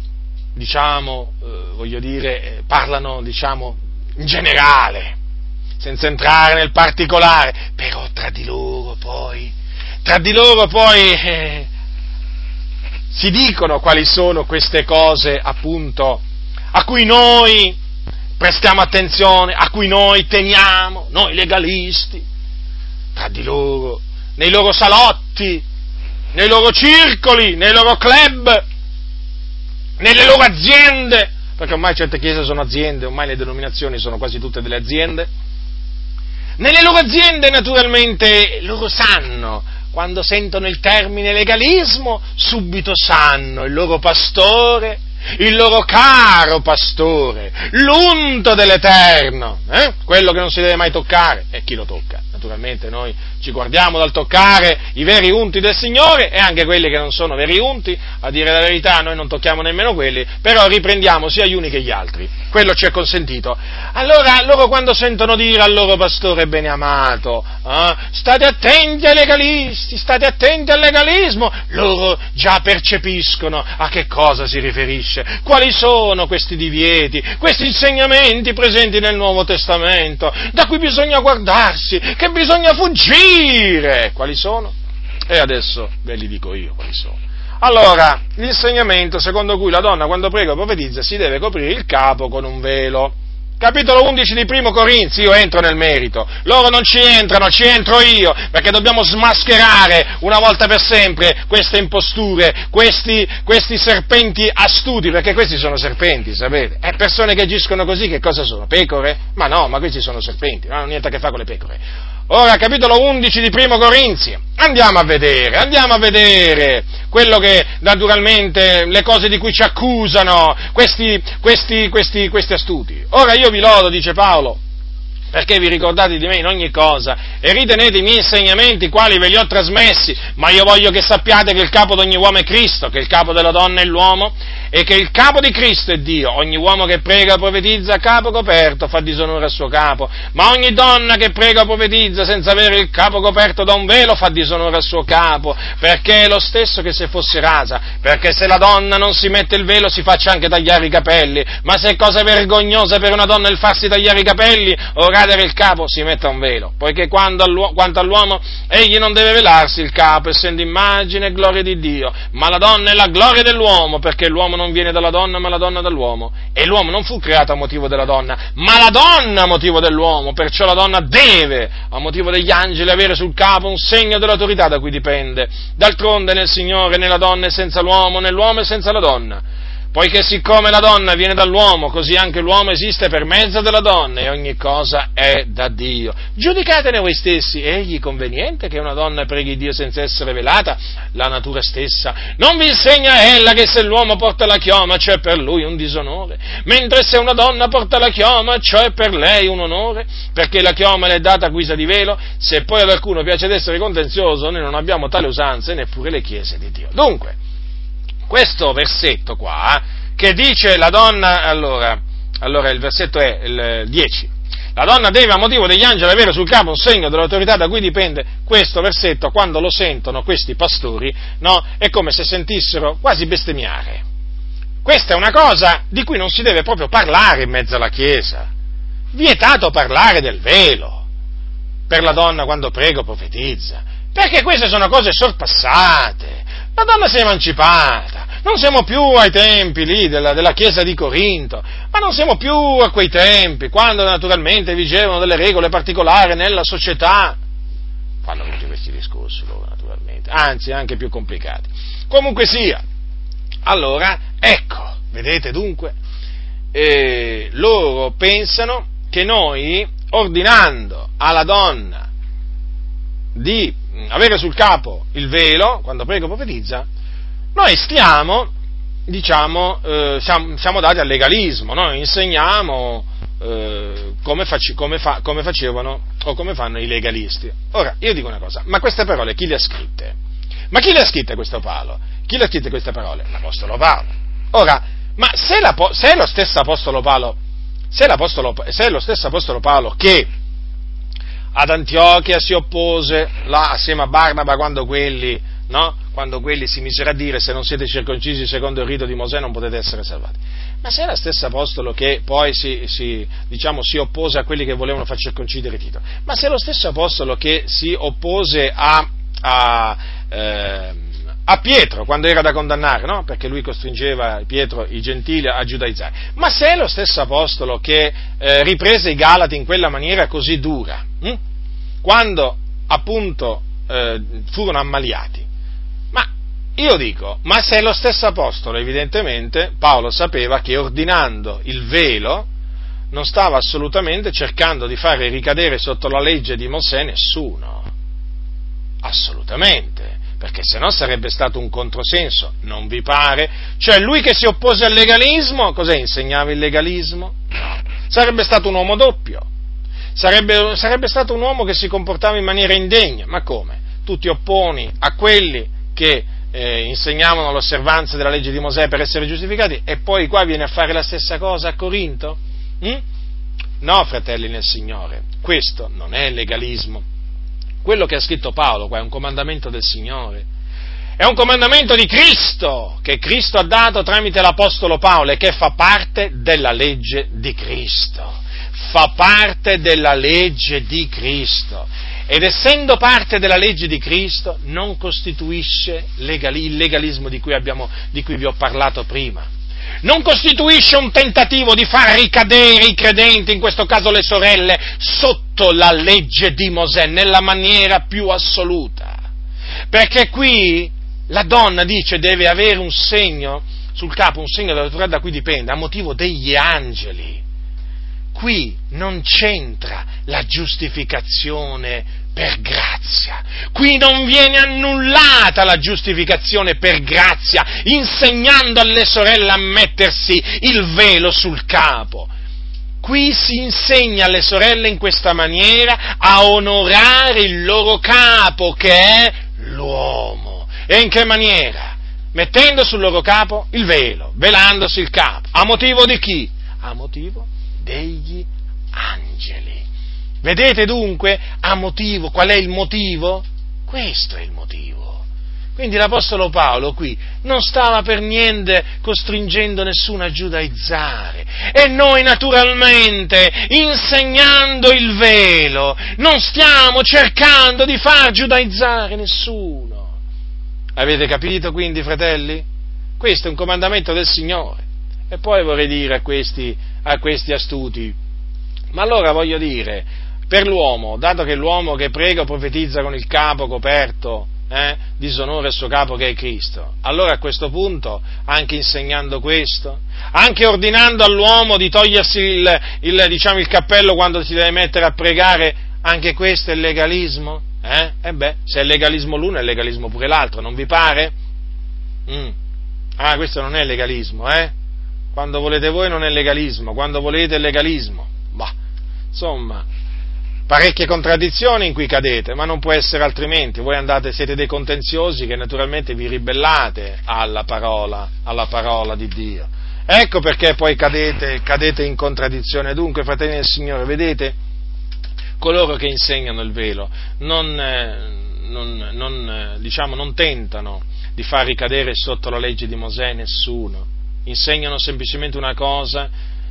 parlano, in generale, senza entrare nel particolare, però tra di loro poi si dicono quali sono queste cose, appunto, a cui noi prestiamo attenzione, a cui noi temiamo, noi legalisti, tra di loro, nei loro salotti, nei loro circoli, nei loro club, nelle loro aziende, perché ormai certe chiese sono aziende, ormai le denominazioni sono quasi tutte delle aziende. Nelle loro aziende, naturalmente, loro sanno, quando sentono il termine legalismo, subito sanno il loro pastore, il loro caro pastore, l'unto dell'Eterno, quello che non si deve mai toccare, e chi lo tocca? Naturalmente noi ci guardiamo dal toccare i veri unti del Signore, e anche quelli che non sono veri unti, a dire la verità noi non tocchiamo nemmeno quelli, però riprendiamo sia gli uni che gli altri, quello ci è consentito. Allora loro quando sentono dire al loro pastore beneamato, state attenti ai legalisti, state attenti al legalismo, loro già percepiscono a che cosa si riferisce, quali sono questi divieti, questi insegnamenti presenti nel Nuovo Testamento, da cui bisogna guardarsi, che bisogna fuggire. Quali sono? E adesso ve li dico io quali sono. Allora, l'insegnamento secondo cui la donna quando prega o profetizza si deve coprire il capo con un velo. Capitolo 11 di Primo Corinzi, io entro nel merito, loro non ci entrano, ci entro io, perché dobbiamo smascherare una volta per sempre queste imposture, questi serpenti astuti, perché questi sono serpenti, sapete? Persone che agiscono così, che cosa sono? Pecore? Ma no, ma questi sono serpenti, non hanno niente a che fare con le pecore. Ora, capitolo 11 di Primo Corinzi, andiamo a vedere quello che, naturalmente, le cose di cui ci accusano questi astuti. Ora io vi lodo, dice Paolo, perché vi ricordate di me in ogni cosa e ritenete i miei insegnamenti quali ve li ho trasmessi, ma io voglio che sappiate che il capo di ogni uomo è Cristo, che il capo della donna è l'uomo e che il capo di Cristo è Dio. Ogni uomo che prega o profetizza a capo coperto fa disonore al suo capo, ma ogni donna che prega o profetizza senza avere il capo coperto da un velo fa disonore al suo capo, perché è lo stesso che se fosse rasa, perché se la donna non si mette il velo si faccia anche tagliare i capelli, ma se è cosa vergognosa per una donna il farsi tagliare i capelli o radere il capo, si metta un velo, poiché quanto all'uomo egli non deve velarsi il capo, essendo immagine e gloria di Dio, ma la donna è la gloria dell'uomo, perché l'uomo non viene dalla donna, ma la donna dall'uomo, e l'uomo non fu creato a motivo della donna, ma la donna a motivo dell'uomo, perciò la donna deve, a motivo degli angeli, avere sul capo un segno dell'autorità da cui dipende. D'altronde nel Signore né la donna è senza l'uomo, né l'uomo è senza la donna. poiché siccome la donna viene dall'uomo, così anche l'uomo esiste per mezzo della donna, e ogni cosa è da Dio. Giudicatene voi stessi, egli conveniente che una donna preghi Dio senza essere velata? La natura stessa non vi insegna ella che se l'uomo porta la chioma, c'è per lui un disonore, mentre se una donna porta la chioma, c'è per lei un onore, perché la chioma le è data a guisa di velo. Se poi ad alcuno piace ad essere contenzioso, noi non abbiamo tale usanza, neppure le chiese di Dio. Dunque, questo versetto qua, che dice la donna, allora il versetto è il 10, la donna deve a motivo degli angeli avere sul capo un segno dell'autorità da cui dipende. Questo versetto, quando lo sentono questi pastori, no, è come se sentissero quasi bestemmiare. Questa è una cosa di cui non si deve proprio parlare in mezzo alla Chiesa. Vietato parlare del velo per la donna quando prega o profetizza, perché queste sono cose sorpassate. La donna si è emancipata, non siamo più ai tempi lì della Chiesa di Corinto, ma non siamo più a quei tempi, quando naturalmente vigevano delle regole particolari nella società. Fanno tutti questi discorsi loro, naturalmente, anzi anche più complicati. Comunque sia, allora, ecco, vedete dunque, loro pensano che noi, ordinando alla donna di avere sul capo il velo quando prega o profetizza, noi stiamo, siamo dati al legalismo, noi insegniamo come facevano o come fanno i legalisti. Ora, io dico una cosa, ma queste parole chi le ha scritte? Ma chi le ha scritte questo Paolo? Chi le ha scritte queste parole? L'Apostolo Paolo. Ora, ma se è lo stesso Apostolo Paolo, se è lo stesso Apostolo Paolo che ad Antiochia si oppose là assieme a Barnaba quando quelli si misero a dire: se non siete circoncisi secondo il rito di Mosè non potete essere salvati. Ma se è lo stesso apostolo che poi si oppose a quelli che volevano far circoncidere Tito, ma se è lo stesso apostolo che si oppose a Pietro quando era da condannare, no? Perché lui costringeva Pietro, i gentili, a giudaizzare, ma se è lo stesso apostolo che riprese i Galati in quella maniera così dura, quando appunto furono ammaliati, ma io dico, ma se è lo stesso apostolo, evidentemente Paolo sapeva che ordinando il velo non stava assolutamente cercando di fare ricadere sotto la legge di Mosè nessuno, assolutamente, perché se no sarebbe stato un controsenso, non vi pare? Cioè lui che si oppose al legalismo, cos'è? Insegnava il legalismo? No, sarebbe stato un uomo doppio, sarebbe stato un uomo che si comportava in maniera indegna. Ma come? Tu ti opponi a quelli che insegnavano l'osservanza della legge di Mosè per essere giustificati e poi qua vieni a fare la stessa cosa a Corinto? No, fratelli nel Signore, questo non è legalismo. Quello che ha scritto Paolo qua è un comandamento del Signore, è un comandamento di Cristo, che Cristo ha dato tramite l'Apostolo Paolo e che fa parte della legge di Cristo, fa parte della legge di Cristo, ed essendo parte della legge di Cristo non costituisce il legalismo di cui vi ho parlato prima. Non costituisce un tentativo di far ricadere i credenti, in questo caso le sorelle, sotto la legge di Mosè, nella maniera più assoluta. Perché qui la donna dice deve avere un segno sul capo, un segno dell'autorità da cui dipende, a motivo degli angeli. Qui non c'entra la giustificazione per grazia, qui non viene annullata la giustificazione per grazia, insegnando alle sorelle a mettersi il velo sul capo. Qui si insegna alle sorelle in questa maniera a onorare il loro capo, che è l'uomo. E in che maniera? Mettendo sul loro capo il velo, velandosi il capo. A motivo di chi? A motivo degli angeli. Vedete dunque a motivo, qual è il motivo? Questo è il motivo. Quindi l'Apostolo Paolo qui non stava per niente costringendo nessuno a giudaizzare, e noi naturalmente, insegnando il velo, non stiamo cercando di far giudaizzare nessuno. Avete capito quindi, fratelli? Questo è un comandamento del Signore. E poi vorrei dire a questi astuti: ma allora voglio dire, per l'uomo, dato che l'uomo che prega o profetizza con il capo coperto disonora il suo capo che è Cristo. Allora a questo punto, anche insegnando questo, anche ordinando all'uomo di togliersi il cappello quando si deve mettere a pregare, anche questo è legalismo? Se è legalismo l'uno è legalismo pure l'altro, non vi pare? Questo non è legalismo, Quando volete voi non è legalismo, quando volete è legalismo. Insomma, parecchie contraddizioni in cui cadete, ma non può essere altrimenti. Voi siete dei contenziosi che naturalmente vi ribellate alla parola di Dio. Ecco perché poi cadete in contraddizione. Dunque, fratelli del Signore, vedete, coloro che insegnano il velo non tentano di far ricadere sotto la legge di Mosè nessuno, insegnano semplicemente una cosa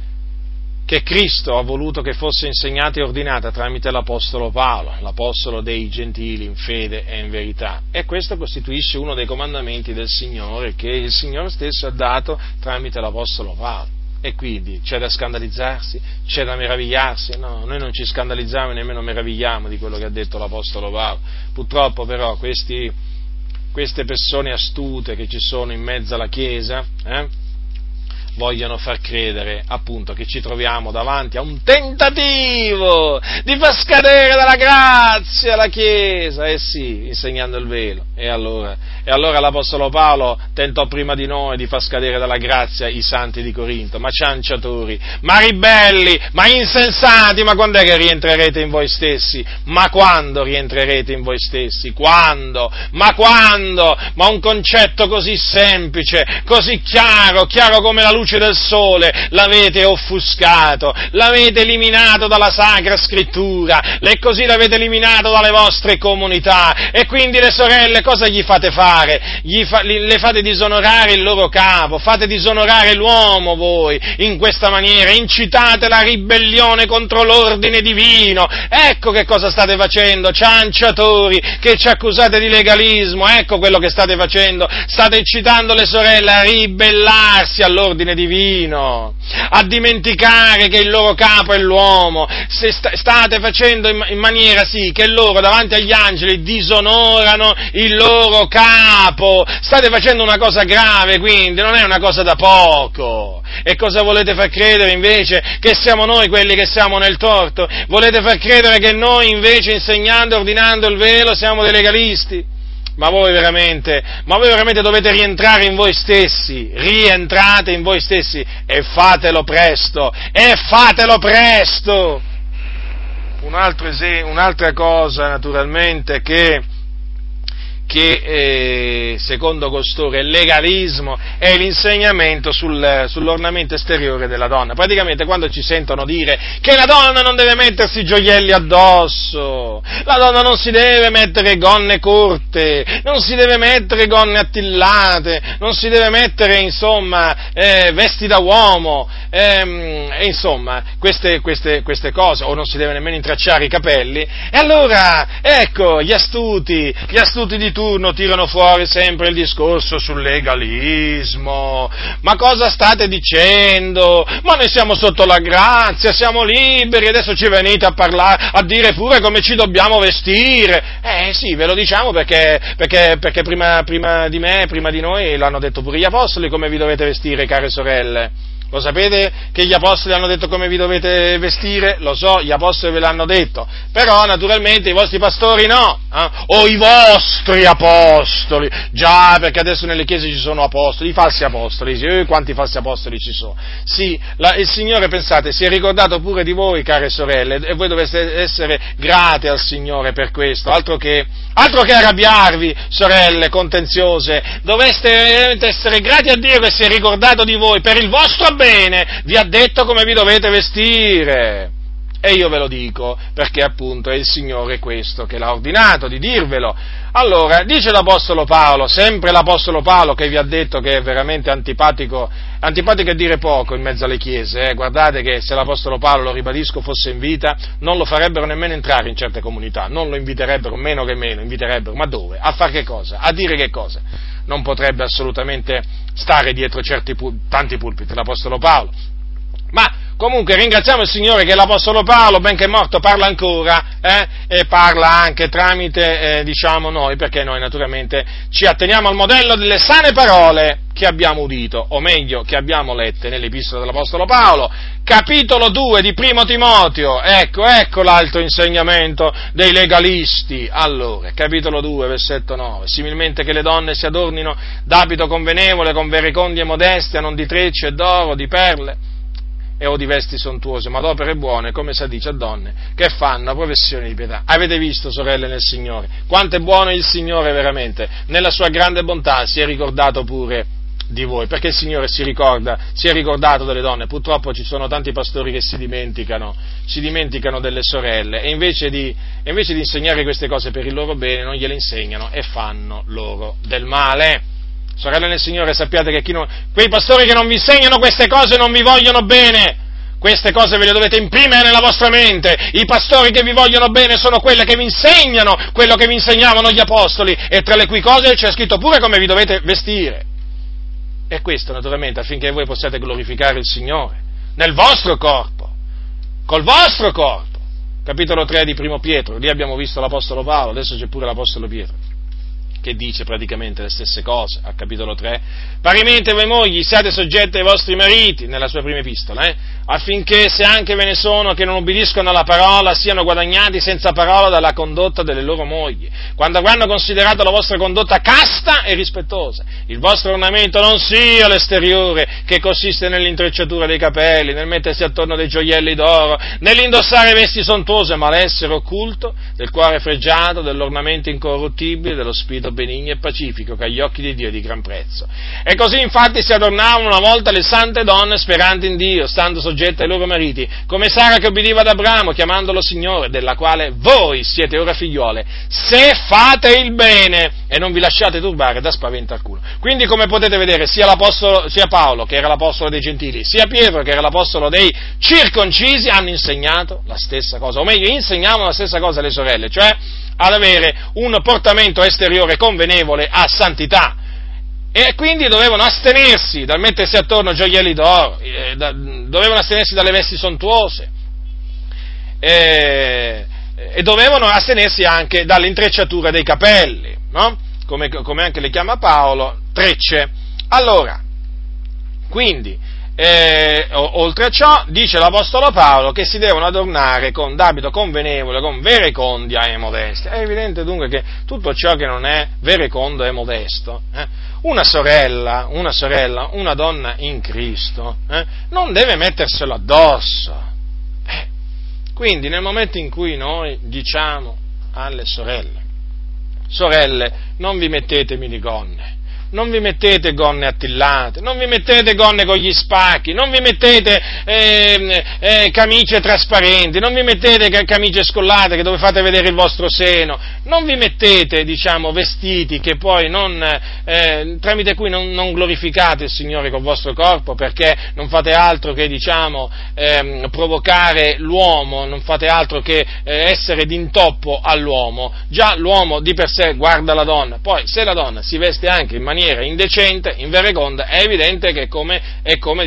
che Cristo ha voluto che fosse insegnata e ordinata tramite l'Apostolo Paolo, l'Apostolo dei Gentili in fede e in verità, e questo costituisce uno dei comandamenti del Signore che il Signore stesso ha dato tramite l'Apostolo Paolo. E quindi c'è da scandalizzarsi, c'è da meravigliarsi? No, noi non ci scandalizziamo e nemmeno meravigliamo di quello che ha detto l'Apostolo Paolo. Purtroppo però queste persone astute che ci sono in mezzo alla Chiesa, vogliono far credere appunto che ci troviamo davanti a un tentativo di far scadere dalla grazia la Chiesa, insegnando il velo. E allora l'Apostolo Paolo tentò prima di noi di far scadere dalla grazia i santi di Corinto, ma cianciatori, ma ribelli, ma insensati, ma quando è che rientrerete in voi stessi? Ma quando rientrerete in voi stessi? Quando? Ma quando? Ma un concetto così semplice, così chiaro come la luce del sole, l'avete offuscato, l'avete eliminato dalla Sacra Scrittura, e così l'avete eliminato dalle vostre comunità, e quindi le sorelle cosa gli fate fare? Le fate disonorare il loro capo, fate disonorare l'uomo voi, in questa maniera, incitate la ribellione contro l'ordine divino. Ecco che cosa state facendo, cianciatori, che ci accusate di legalismo, ecco quello che state facendo, state incitando le sorelle a ribellarsi all'ordine divino, a dimenticare che il loro capo è l'uomo. State facendo in maniera sì che loro davanti agli angeli disonorano il loro capo. State facendo una cosa grave, quindi non è una cosa da poco. E cosa volete far credere invece? Che siamo noi quelli che siamo nel torto? Volete far credere che noi invece, insegnando e ordinando il velo, siamo dei legalisti? Ma voi veramente dovete rientrare in voi stessi, rientrate in voi stessi e fatelo presto. Un'altra cosa naturalmente che secondo costoro è legalismo, è l'insegnamento sull'ornamento esteriore della donna. Praticamente quando ci sentono dire che la donna non deve mettersi gioielli addosso, la donna non si deve mettere gonne corte, non si deve mettere gonne attillate, non si deve mettere vesti da uomo, insomma queste cose, o non si deve nemmeno intracciare i capelli. E allora ecco gli astuti di turno tirano fuori sempre il discorso sul legalismo. Ma cosa state dicendo? Ma noi siamo sotto la grazia, siamo liberi, adesso ci venite a dire pure come ci dobbiamo vestire. Sì, ve lo diciamo perché prima di me, prima di noi, l'hanno detto pure gli apostoli come vi dovete vestire, care sorelle. Lo sapete che gli apostoli hanno detto come vi dovete vestire? Lo so, gli apostoli ve l'hanno detto, però naturalmente i vostri pastori no, o i vostri apostoli, già, perché adesso nelle chiese ci sono apostoli, i falsi apostoli, quanti falsi apostoli ci sono? Sì, il Signore, pensate, si è ricordato pure di voi, care sorelle, e voi dovete essere grate al Signore per questo, altro che arrabbiarvi, sorelle contenziose, dovreste essere grati a Dio che si è ricordato di voi per il vostro bene, vi ha detto come vi dovete vestire. E io ve lo dico perché appunto è il Signore questo che l'ha ordinato di dirvelo. Allora, dice l'Apostolo Paolo, sempre l'Apostolo Paolo che vi ha detto che è veramente antipatico è dire poco in mezzo alle chiese, guardate che se l'Apostolo Paolo, lo ribadisco, fosse in vita, non lo farebbero nemmeno entrare in certe comunità, non lo inviterebbero, meno che meno, inviterebbero, ma dove? A fare che cosa? A dire che cosa? Non potrebbe assolutamente stare dietro tanti pulpiti l'Apostolo Paolo. Ma Comunque ringraziamo il Signore che l'Apostolo Paolo, benché morto, parla ancora, e parla anche tramite, noi, perché noi naturalmente ci atteniamo al modello delle sane parole che abbiamo udito, o meglio, che abbiamo lette nell'Epistola dell'Apostolo Paolo, capitolo 2 di Primo Timoteo, ecco l'altro insegnamento dei legalisti. Allora, capitolo 2, versetto 9, similmente che le donne si adornino d'abito convenevole, con verecondia e modestia, non di trecce e d'oro, di perle, o di vesti sontuose, ma d'opere buone, come si dice a donne che fanno professione di pietà. Avete visto, sorelle nel Signore, quanto è buono il Signore veramente, nella sua grande bontà si è ricordato pure di voi, perché il Signore si è ricordato delle donne. Purtroppo ci sono tanti pastori che si dimenticano delle sorelle, e invece di insegnare queste cose per il loro bene, non gliele insegnano e fanno loro del male. Sorelle nel Signore, sappiate che quei pastori che non vi insegnano queste cose non vi vogliono bene. Queste cose ve le dovete imprimere nella vostra mente. I pastori che vi vogliono bene sono quelli che vi insegnano quello che vi insegnavano gli apostoli, e tra le cui cose c'è scritto pure come vi dovete vestire. E questo naturalmente affinché voi possiate glorificare il Signore nel vostro corpo, col vostro corpo. Capitolo 3 di Primo Pietro, lì abbiamo visto l'Apostolo Paolo, adesso c'è pure l'Apostolo Pietro, che dice praticamente le stesse cose, al capitolo 3, parimenti voi mogli siate soggetti ai vostri mariti, nella sua prima epistola, affinché se anche ve ne sono che non ubbidiscono alla parola, siano guadagnati senza parola dalla condotta delle loro mogli, quando avranno considerato la vostra condotta casta e rispettosa. Il vostro ornamento non sia l'esteriore, che consiste nell'intrecciatura dei capelli, nel mettersi attorno dei gioielli d'oro, nell'indossare vesti sontuose, ma l'essere occulto del cuore fregiato, dell'ornamento incorruttibile, dello spirito benigno e pacifico, che agli occhi di Dio è di gran prezzo. E così infatti si adornavano una volta le sante donne speranti in Dio, stando soggette ai loro mariti, come Sara che obbediva ad Abramo, chiamandolo Signore, della quale voi siete ora figliuole, se fate il bene e non vi lasciate turbare da spavento alcuno. Quindi, come potete vedere, sia Paolo, che era l'apostolo dei gentili, sia Pietro, che era l'apostolo dei circoncisi, hanno insegnato la stessa cosa, o meglio, insegnavano la stessa cosa alle sorelle, cioè ad avere un portamento esteriore convenevole a santità, e quindi dovevano astenersi dal mettersi attorno gioielli d'oro, dovevano astenersi dalle vesti sontuose, e dovevano astenersi anche dall'intrecciatura dei capelli, no? Come anche le chiama Paolo, trecce. Allora, quindi, oltre a ciò, dice l'Apostolo Paolo che si devono adornare con d'abito convenevole, con verecondia e modestia. È evidente dunque che tutto ciò che non è verecondo e modesto, una sorella, una donna in Cristo, non deve metterselo addosso. Quindi nel momento in cui noi diciamo alle sorelle, non vi mettete minigonne, non vi mettete gonne attillate, non vi mettete gonne con gli spacchi, non vi mettete camicie trasparenti, non vi mettete camicie scollate dove fate vedere il vostro seno, non vi mettete, vestiti che poi tramite cui non glorificate il Signore col vostro corpo, perché non fate altro che, provocare l'uomo, non fate altro che essere d'intoppo all'uomo. Già l'uomo di per sé guarda la donna, poi se la donna si veste anche in maniera indecente, invereconda, è evidente che è come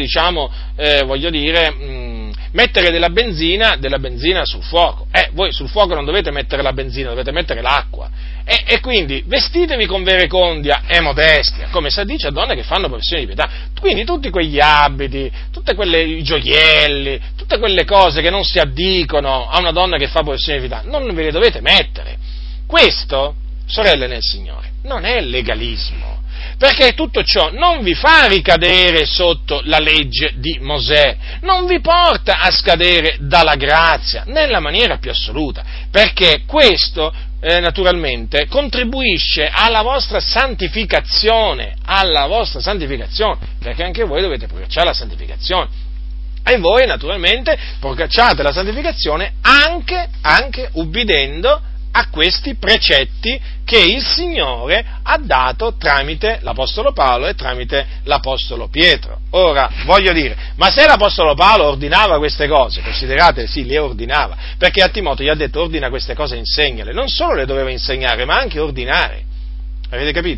mettere della benzina sul fuoco. Voi sul fuoco non dovete mettere la benzina, dovete mettere l'acqua. E quindi vestitevi con verecondia e modestia, come si dice a donne che fanno professione di pietà. Quindi tutti quegli abiti, i gioielli, tutte quelle cose che non si addicono a una donna che fa professione di pietà, non ve le dovete mettere. Questo, sorelle nel Signore, non è legalismo, perché tutto ciò non vi fa ricadere sotto la legge di Mosè, non vi porta a scadere dalla grazia nella maniera più assoluta, perché questo naturalmente contribuisce alla vostra santificazione, perché anche voi dovete procacciare la santificazione. E voi naturalmente procacciate la santificazione anche ubbidendo a questi precetti che il Signore ha dato tramite l'Apostolo Paolo e tramite l'Apostolo Pietro. Ora, voglio dire, ma se l'Apostolo Paolo ordinava queste cose, considerate, sì, le ordinava, perché a Timoteo gli ha detto ordina queste cose e insegnale, non solo le doveva insegnare, ma anche ordinare. Avete capito?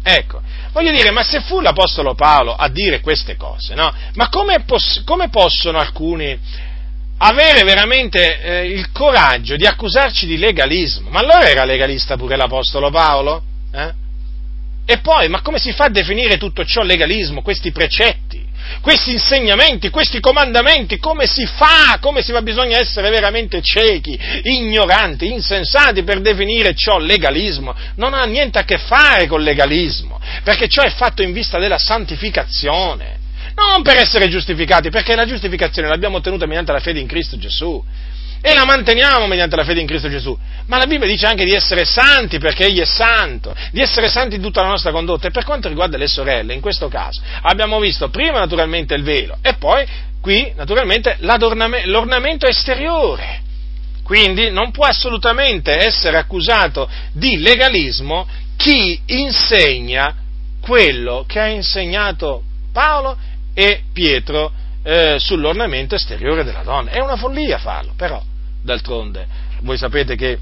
Ecco, voglio dire, ma se fu l'Apostolo Paolo a dire queste cose, no? Ma come possono alcuni avere veramente il coraggio di accusarci di legalismo? Ma allora era legalista pure l'Apostolo Paolo? E poi, ma come si fa a definire tutto ciò legalismo, questi precetti, questi insegnamenti, questi comandamenti? Come si fa? Bisogna essere veramente ciechi, ignoranti, insensati per definire ciò legalismo. Non ha niente a che fare col legalismo, perché ciò è fatto in vista della santificazione, non per essere giustificati, perché la giustificazione l'abbiamo ottenuta mediante la fede in Cristo Gesù. E la manteniamo mediante la fede in Cristo Gesù, ma la Bibbia dice anche di essere santi perché Egli è santo, di essere santi in tutta la nostra condotta. E per quanto riguarda le sorelle, in questo caso, abbiamo visto prima naturalmente il velo e poi qui naturalmente l'ornamento esteriore. Quindi non può assolutamente essere accusato di legalismo chi insegna quello che ha insegnato Paolo e Pietro sull'ornamento esteriore della donna. È una follia farlo, però. D'altronde, voi sapete che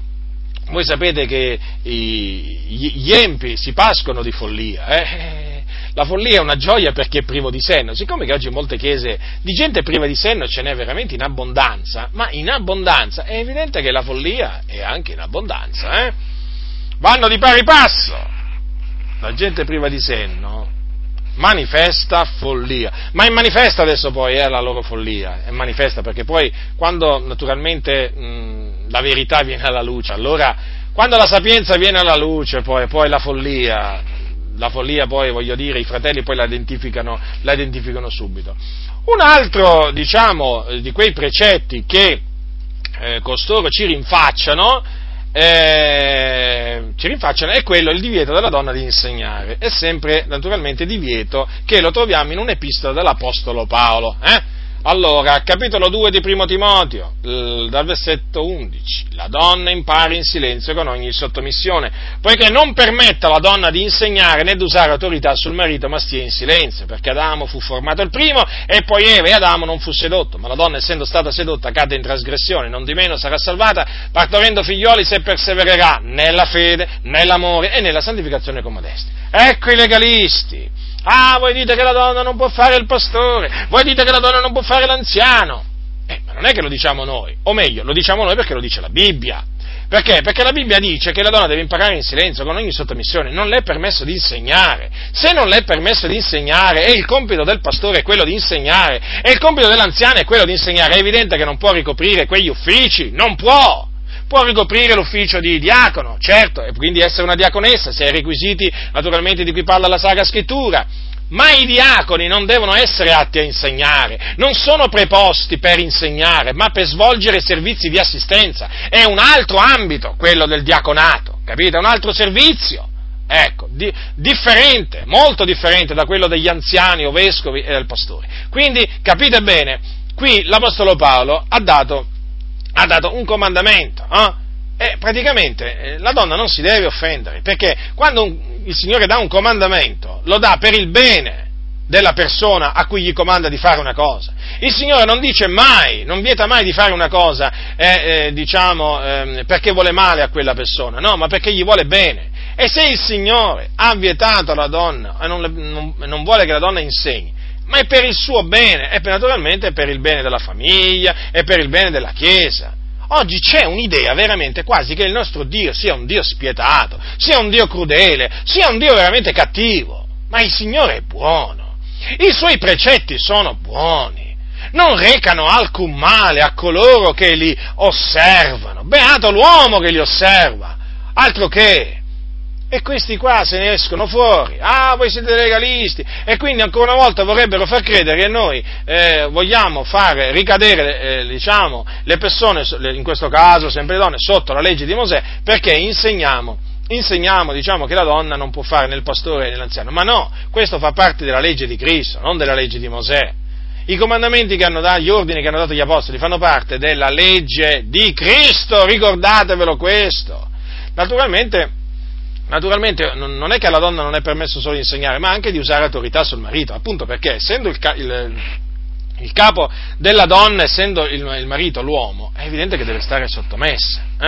gli empi si pascono di follia, La follia è una gioia per chi è privo di senno, siccome che oggi in molte chiese di gente priva di senno ce n'è veramente in abbondanza, ma in abbondanza è evidente che la follia è anche in abbondanza, Vanno di pari passo, la gente priva di senno manifesta follia, ma è manifesta adesso poi la loro follia, è manifesta perché poi quando naturalmente la verità viene alla luce, allora quando la sapienza viene alla luce poi la follia poi, voglio dire, i fratelli poi la identificano subito. Un altro, di quei precetti che costoro ci rinfacciano è quello, il divieto della donna di insegnare, è sempre naturalmente divieto che lo troviamo in un'epistola dell'Apostolo Paolo, Allora, capitolo 2 di Primo Timoteo, dal versetto 11, la donna impari in silenzio con ogni sottomissione, poiché non permetta alla donna di insegnare né di usare autorità sul marito, ma stia in silenzio, perché Adamo fu formato il primo, e poi Eva, e Adamo non fu sedotto, ma la donna, essendo stata sedotta, cadde in trasgressione, non di meno sarà salvata, partorendo figlioli se persevererà nella fede, nell'amore e nella santificazione con modestia. Ecco i legalisti. Voi dite che la donna non può fare il pastore, voi dite che la donna non può fare l'anziano. Ma non è che lo diciamo noi, o meglio, lo diciamo noi perché lo dice la Bibbia. Perché? Perché la Bibbia dice che la donna deve imparare in silenzio, con ogni sottomissione, non le è permesso di insegnare. Se non le è permesso di insegnare, e il compito del pastore è quello di insegnare, e il compito dell'anziano è quello di insegnare, è evidente che non può ricoprire quegli uffici, non può! Può ricoprire l'ufficio di diacono, certo, e quindi essere una diaconessa, se ha i requisiti naturalmente di cui parla la Sacra Scrittura, ma i diaconi non devono essere atti a insegnare, non sono preposti per insegnare, ma per svolgere servizi di assistenza, è un altro ambito, quello del diaconato, capite? È un altro servizio, ecco, differente, molto differente da quello degli anziani o vescovi e del pastore. Quindi, capite bene, qui l'Apostolo Paolo ha dato un comandamento, e praticamente la donna non si deve offendere, perché quando il Signore dà un comandamento, lo dà per il bene della persona a cui gli comanda di fare una cosa. Il Signore non dice mai, non vieta mai di fare una cosa, perché vuole male a quella persona, no, ma perché gli vuole bene. E se il Signore ha vietato alla donna e non vuole che la donna insegni, ma è per il suo bene, e naturalmente per il bene della famiglia, e per il bene della Chiesa. Oggi c'è un'idea veramente quasi che il nostro Dio sia un Dio spietato, sia un Dio crudele, sia un Dio veramente cattivo, ma il Signore è buono, i Suoi precetti sono buoni, non recano alcun male a coloro che li osservano, beato l'uomo che li osserva, altro che. E questi qua se ne escono fuori, voi siete legalisti, e quindi ancora una volta vorrebbero far credere che noi vogliamo fare ricadere, le persone, in questo caso sempre le donne, sotto la legge di Mosè, perché insegniamo, che la donna non può fare né il pastore né l'anziano, ma no, questo fa parte della legge di Cristo, non della legge di Mosè. I comandamenti che hanno dato, gli ordini che hanno dato gli apostoli fanno parte della legge di Cristo, ricordatevelo questo. Naturalmente non è che alla donna non è permesso solo di insegnare, ma anche di usare autorità sul marito, appunto perché essendo il capo della donna, essendo il marito l'uomo, è evidente che deve stare sottomessa,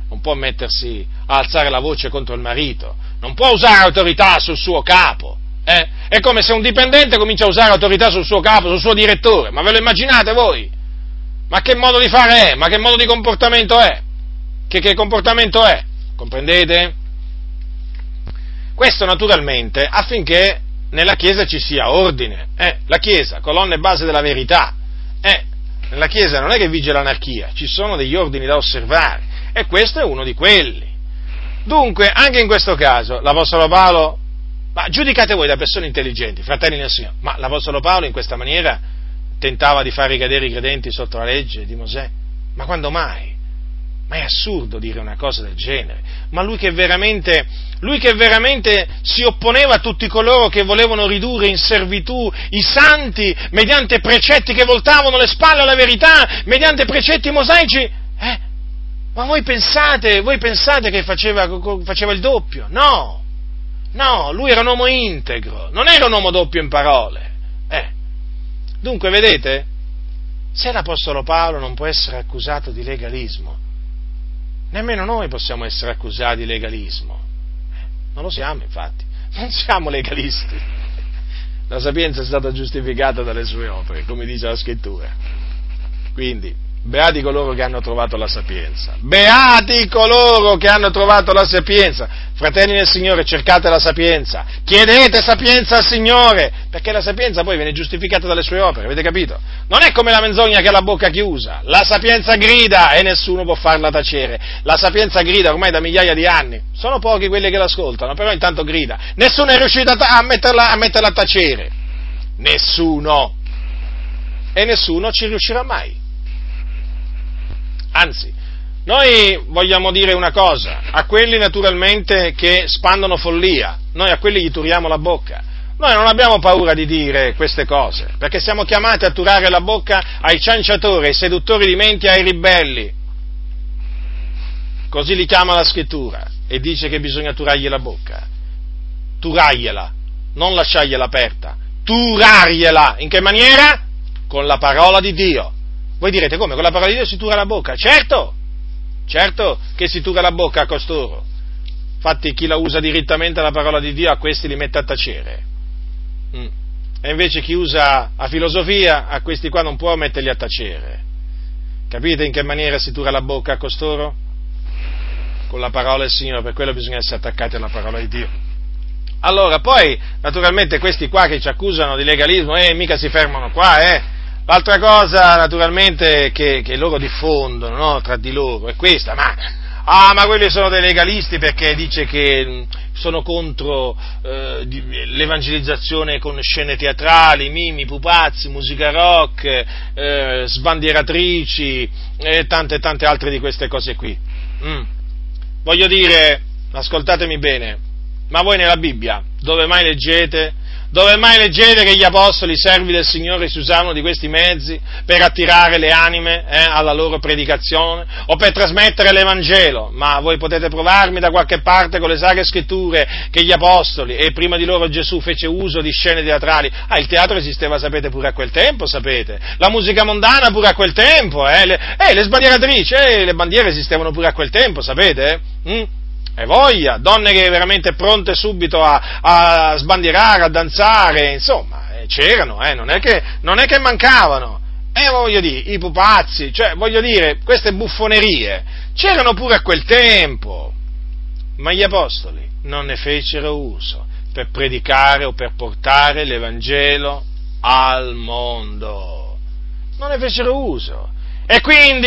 non può mettersi a alzare la voce contro il marito, non può usare autorità sul suo capo. È come se un dipendente comincia a usare autorità sul suo capo, sul suo direttore, ma ve lo immaginate voi? Ma che modo di fare è? Ma che modo di comportamento è? Che comportamento è? Comprendete? Questo naturalmente affinché nella Chiesa ci sia ordine. La Chiesa, colonna e base della verità. Nella Chiesa non è che vige l'anarchia, ci sono degli ordini da osservare e questo è uno di quelli. Dunque, anche in questo caso, l'Apostolo Paolo, ma giudicate voi da persone intelligenti, fratelli nel Signore, ma l'Apostolo Paolo in questa maniera tentava di far ricadere i credenti sotto la legge di Mosè? Ma quando mai? Ma è assurdo dire una cosa del genere. Ma lui che veramente si opponeva a tutti coloro che volevano ridurre in servitù i santi mediante precetti che voltavano le spalle alla verità, mediante precetti mosaici, ma voi pensate che faceva il doppio? No, lui era un uomo integro, non era un uomo doppio in parole. Dunque, vedete, se l'Apostolo Paolo non può essere accusato di legalismo, nemmeno noi possiamo essere accusati di legalismo. Non lo siamo, infatti. Non siamo legalisti. La sapienza è stata giustificata dalle sue opere, come dice la Scrittura. Quindi, beati coloro che hanno trovato la sapienza. Beati coloro che hanno trovato la sapienza. Fratelli nel Signore, cercate la sapienza. Chiedete sapienza al Signore, perché la sapienza poi viene giustificata dalle sue opere, avete capito? Non è come la menzogna che ha la bocca chiusa. La sapienza grida e nessuno può farla tacere. La sapienza grida ormai da migliaia di anni. Sono pochi quelli che l'ascoltano, però intanto grida. Nessuno è riuscito a metterla a tacere. Nessuno. E nessuno ci riuscirà mai. Anzi, noi vogliamo dire una cosa, a quelli naturalmente che spandono follia, noi a quelli gli turiamo la bocca. Noi non abbiamo paura di dire queste cose, perché siamo chiamati a turare la bocca ai cianciatori, ai seduttori di menti, ai ribelli. Così li chiama la Scrittura e dice che bisogna turargli la bocca. Turargliela, non lasciargliela aperta, turargliela. In che maniera? Con la parola di Dio. Voi direte, come? Con la parola di Dio si tura la bocca? Certo che si tura la bocca a costoro. Infatti chi la usa direttamente la parola di Dio, a questi li mette a tacere. E invece chi usa a filosofia, a questi qua non può metterli a tacere. Capite in che maniera si tura la bocca a costoro? Con la parola del Signore, per quello bisogna essere attaccati alla parola di Dio. Allora, poi, naturalmente questi qua che ci accusano di legalismo, mica si fermano qua, L'altra cosa, naturalmente, che loro diffondono, no, tra di loro, è questa, ma quelli sono dei legalisti perché dice che sono contro l'evangelizzazione con scene teatrali, mimi, pupazzi, musica rock, sbandieratrici e tante altre di queste cose qui. Voglio dire, ascoltatemi bene, ma voi nella Bibbia dove mai leggete che gli apostoli, servi del Signore, si usavano di questi mezzi per attirare le anime alla loro predicazione o per trasmettere l'Evangelo? Ma voi potete provarmi da qualche parte con le Sacre Scritture che gli apostoli e prima di loro Gesù fece uso di scene teatrali? Il teatro esisteva, sapete, pure a quel tempo, sapete? La musica mondana pure a quel tempo, le sbandieratrici, le bandiere esistevano pure a quel tempo, sapete? E voglia, donne che veramente pronte subito a sbandierare, a danzare, insomma, c'erano, non è che mancavano. Voglio dire, i pupazzi, voglio dire, queste buffonerie, c'erano pure a quel tempo. Ma gli apostoli non ne fecero uso per predicare o per portare l'Evangelo al mondo. Non ne fecero uso. E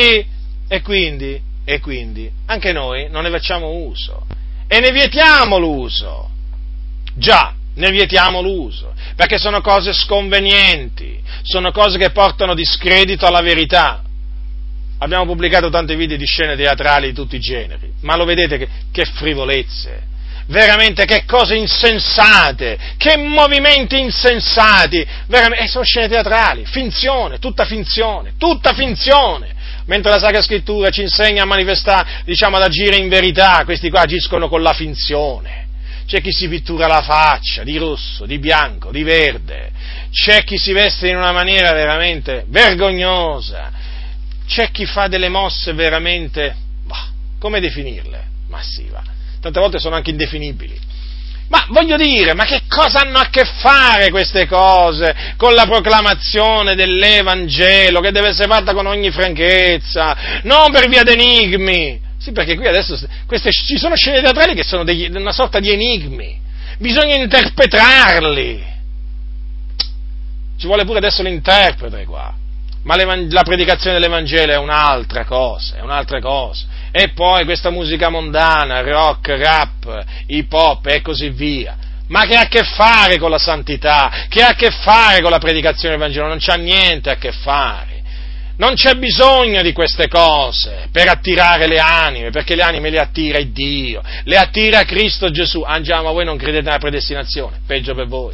quindi anche noi non ne facciamo uso e ne vietiamo l'uso. Già, ne vietiamo l'uso, perché sono cose sconvenienti, sono cose che portano discredito alla verità. Abbiamo pubblicato tanti video di scene teatrali di tutti i generi, ma lo vedete che frivolezze, veramente che cose insensate, che movimenti insensati, veramente, sono scene teatrali, finzione, tutta finzione. Mentre la Sacra Scrittura ci insegna a manifestare, ad agire in verità, questi qua agiscono con la finzione. C'è chi si pittura la faccia di rosso, di bianco, di verde, c'è chi si veste in una maniera veramente vergognosa, c'è chi fa delle mosse veramente Come definirle? Ma sì, va. Tante volte sono anche indefinibili. Ma voglio dire, ma che cosa hanno a che fare queste cose con la proclamazione dell'Evangelo, che deve essere fatta con ogni franchezza, non per via d'enigmi? Sì, perché qui adesso ci sono scene teatrali che sono una sorta di enigmi, bisogna interpretarli, ci vuole pure adesso l'interprete qua, ma la predicazione dell'Evangelo è un'altra cosa, e poi questa musica mondana, rock, rap, hip hop e così via, ma che ha a che fare con la santità, che ha a che fare con la predicazione dell'Evangelo? Non c'ha niente a che fare. Non c'è bisogno di queste cose per attirare le anime, perché le anime le attira il Dio, le attira Cristo Gesù. Andiamo, voi non credete nella predestinazione? Peggio per voi,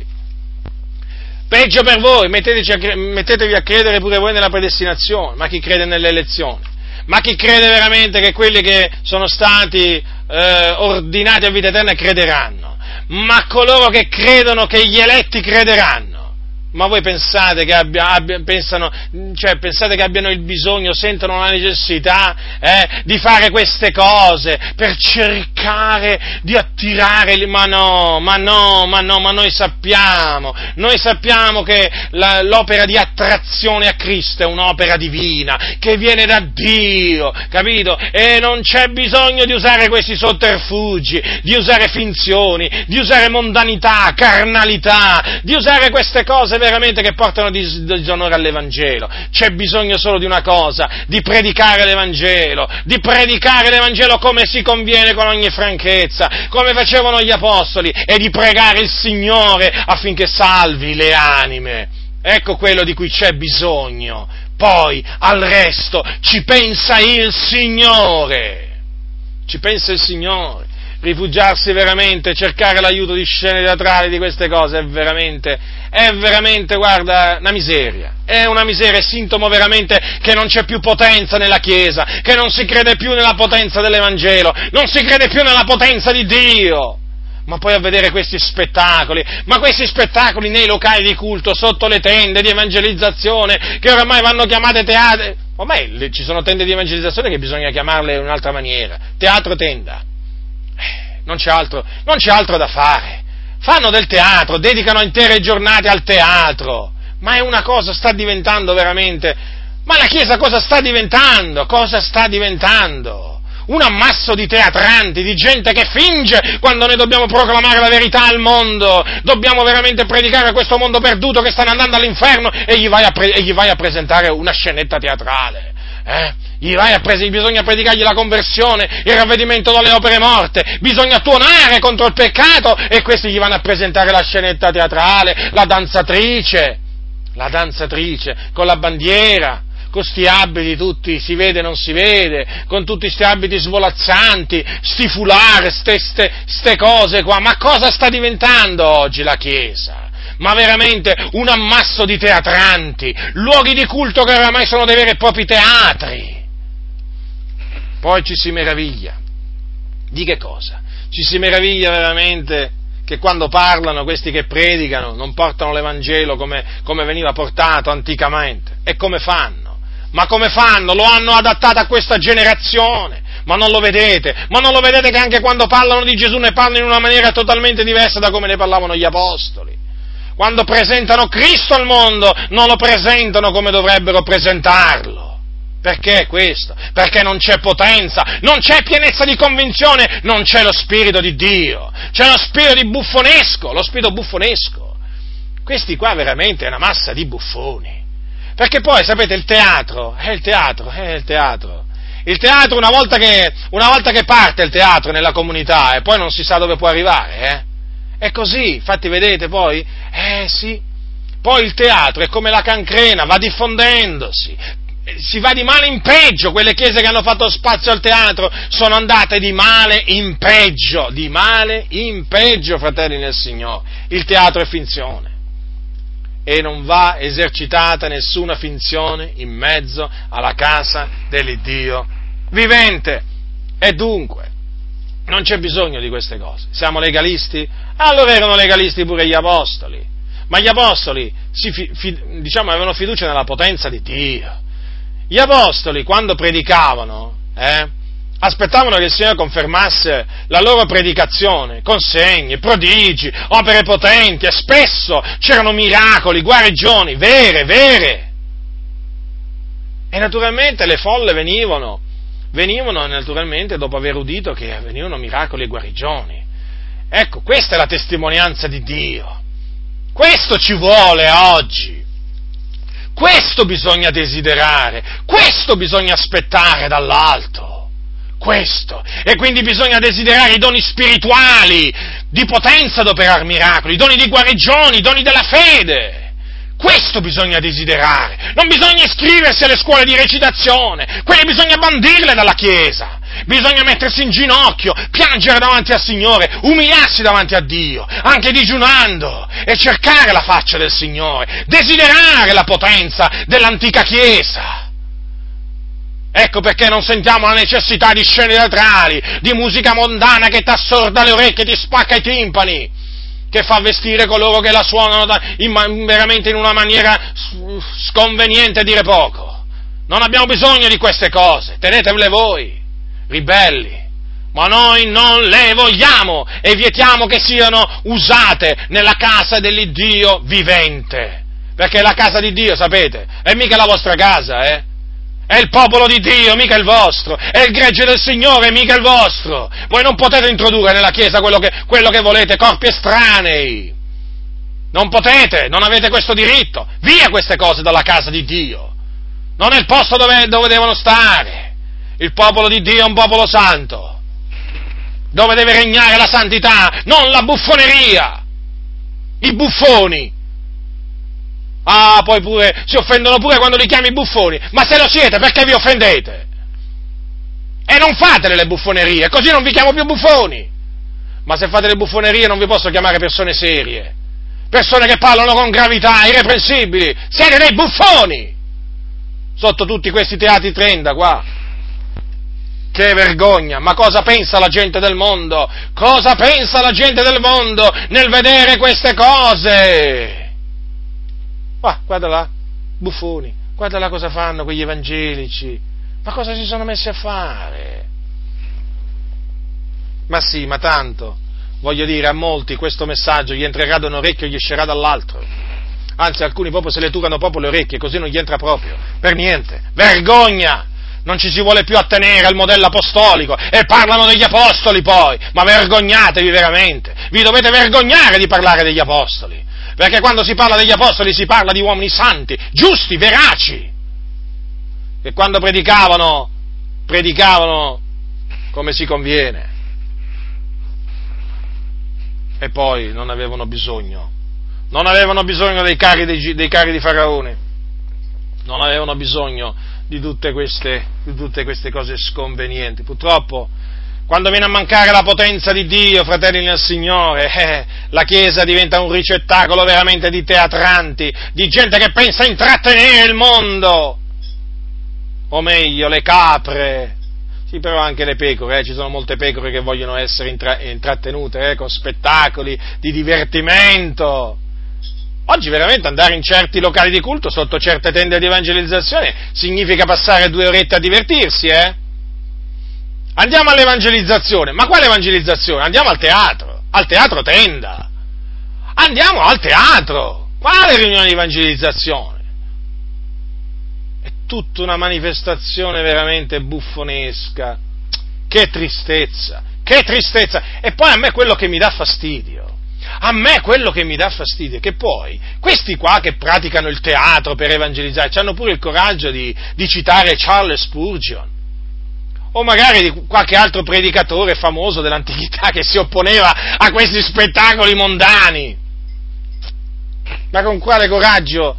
mettetevi a credere pure voi nella predestinazione, ma chi crede nell'elezione? Ma chi crede veramente che quelli che sono stati ordinati a vita eterna crederanno? Ma coloro che credono che gli eletti crederanno? Ma voi pensate che pensate che abbiano il bisogno, sentono la necessità di fare queste cose per cercare di attirare? Ma noi sappiamo che l'opera di attrazione a Cristo è un'opera divina, che viene da Dio, capito? E non c'è bisogno di usare questi sotterfugi, di usare finzioni, di usare mondanità, carnalità, di usare queste cose veramente che portano disonore all'Evangelo. C'è bisogno solo di una cosa, di predicare l'Evangelo come si conviene, con ogni franchezza, come facevano gli apostoli, e di pregare il Signore affinché salvi le anime. Ecco quello di cui c'è bisogno. Poi al resto ci pensa il Signore. Rifugiarsi veramente, cercare l'aiuto di scene teatrali, di queste cose, è veramente, guarda, una miseria, è sintomo veramente che non c'è più potenza nella Chiesa, che non si crede più nella potenza dell'Evangelo, non si crede più nella potenza di Dio. Ma poi a vedere questi spettacoli nei locali di culto, sotto le tende di evangelizzazione, che oramai vanno chiamate teatri, ormai ci sono tende di evangelizzazione che bisogna chiamarle in un'altra maniera, teatro tenda. Non c'è altro da fare. Fanno del teatro, dedicano intere giornate al teatro, ma è una cosa, sta diventando veramente. Ma la Chiesa cosa sta diventando? Un ammasso di teatranti, di gente che finge, quando noi dobbiamo proclamare la verità al mondo, dobbiamo veramente predicare a questo mondo perduto che stanno andando all'inferno, e gli vai a presentare una scenetta teatrale. Bisogna predicargli la conversione, il ravvedimento dalle opere morte, bisogna tuonare contro il peccato, e questi gli vanno a presentare la scenetta teatrale, la danzatrice con la bandiera, con sti abiti tutti, si vede non si vede, con tutti sti abiti svolazzanti, sti foulard, ste cose qua. Ma cosa sta diventando oggi la Chiesa? Ma veramente un ammasso di teatranti, luoghi di culto che oramai sono dei veri e propri teatri. Poi ci si meraviglia. Di che cosa? Ci si meraviglia veramente che quando parlano, questi che predicano, non portano l'Evangelo come veniva portato anticamente. E come fanno? Ma come fanno? Lo hanno adattato a questa generazione. Ma non lo vedete? Ma non lo vedete che anche quando parlano di Gesù ne parlano in una maniera totalmente diversa da come ne parlavano gli apostoli? Quando presentano Cristo al mondo, non lo presentano come dovrebbero presentarlo. Perché questo? Perché non c'è potenza, non c'è pienezza di convinzione, non c'è lo Spirito di Dio, c'è lo spirito buffonesco. Questi qua veramente è una massa di buffoni. Perché poi, sapete, il teatro. Il teatro, una volta che parte il teatro nella comunità, e poi non si sa dove può arrivare, È così, infatti vedete poi? Sì. Poi il teatro è come la cancrena, va diffondendosi, si va di male in peggio. Quelle chiese che hanno fatto spazio al teatro sono andate di male in peggio, fratelli nel Signore. Il teatro è finzione. E non va esercitata nessuna finzione in mezzo alla casa dell'Iddio vivente. E dunque, non c'è bisogno di queste cose. Siamo legalisti? Allora erano legalisti pure gli apostoli. Ma gli apostoli, avevano fiducia nella potenza di Dio. Gli apostoli, quando predicavano, aspettavano che il Signore confermasse la loro predicazione con segni, prodigi, opere potenti, e spesso c'erano miracoli, guarigioni, vere. E naturalmente le folle venivano naturalmente dopo aver udito che venivano miracoli e guarigioni. Ecco, questa è la testimonianza di Dio. Questo ci vuole oggi. Questo bisogna desiderare, questo bisogna aspettare dall'alto, questo. E quindi bisogna desiderare i doni spirituali, di potenza ad operare miracoli, i doni di guarigione, i doni della fede. Questo bisogna desiderare. Non bisogna iscriversi alle scuole di recitazione, quelle bisogna bandirle dalla Chiesa. Bisogna mettersi in ginocchio, piangere davanti al Signore, umiliarsi davanti a Dio, anche digiunando, e cercare la faccia del Signore, desiderare la potenza dell'antica Chiesa. Ecco perché non sentiamo la necessità di scene teatrali, di musica mondana che ti assorda le orecchie, ti spacca i timpani, che fa vestire coloro che la suonano veramente in una maniera sconveniente, a dire poco. Non abbiamo bisogno di queste cose, tenetevele voi, ribelli, ma noi non le vogliamo e vietiamo che siano usate nella casa dell'Iddio vivente, perché la casa di Dio, sapete, è mica la vostra casa, È il popolo di Dio, mica il vostro, è il gregge del Signore, mica il vostro. Voi non potete introdurre nella Chiesa quello che volete, corpi estranei. Non potete, non avete questo diritto. Via queste cose dalla casa di Dio. Non è il posto dove devono stare. Il popolo di Dio è un popolo santo, dove deve regnare la santità, non la buffoneria. I buffoni. Ah, poi pure si offendono pure quando li chiami buffoni. Ma se lo siete, perché vi offendete? E non fatele le buffonerie, così non vi chiamo più buffoni. Ma se fate le buffonerie non vi posso chiamare persone serie, persone che parlano con gravità, irreprensibili. Siete dei buffoni sotto tutti questi teatri trenda qua. Che vergogna! Ma cosa pensa la gente del mondo? Cosa pensa la gente del mondo nel vedere queste cose? Guarda là, buffoni, guarda là cosa fanno quegli evangelici, ma cosa si sono messi a fare? Ma sì, ma tanto, voglio dire, a molti questo messaggio gli entrerà da un orecchio e gli uscirà dall'altro, anzi alcuni proprio se le turano proprio le orecchie, così non gli entra proprio, per niente, vergogna! Non ci si vuole più attenere al modello apostolico, e parlano degli apostoli poi, ma vergognatevi veramente, vi dovete vergognare di parlare degli apostoli. Perché quando si parla degli apostoli si parla di uomini santi, giusti, veraci, che quando predicavano come si conviene, e poi non avevano bisogno dei carri di Faraone, non avevano bisogno di tutte queste cose sconvenienti. Purtroppo, quando viene a mancare la potenza di Dio, fratelli nel Signore, la Chiesa diventa un ricettacolo veramente di teatranti, di gente che pensa a intrattenere il mondo, o meglio, le capre, sì, però anche le pecore, ci sono molte pecore che vogliono essere intrattenute, con spettacoli di divertimento. Oggi veramente andare in certi locali di culto, sotto certe tende di evangelizzazione, significa passare 2 orette a divertirsi, Andiamo all'evangelizzazione, ma quale evangelizzazione? Andiamo al teatro tenda, andiamo al teatro, quale riunione di evangelizzazione? È tutta una manifestazione veramente buffonesca, che tristezza, e poi a me quello che mi dà fastidio è che poi questi qua che praticano il teatro per evangelizzare, hanno pure il coraggio di citare Charles Spurgeon, o magari di qualche altro predicatore famoso dell'antichità che si opponeva a questi spettacoli mondani. Ma con quale coraggio?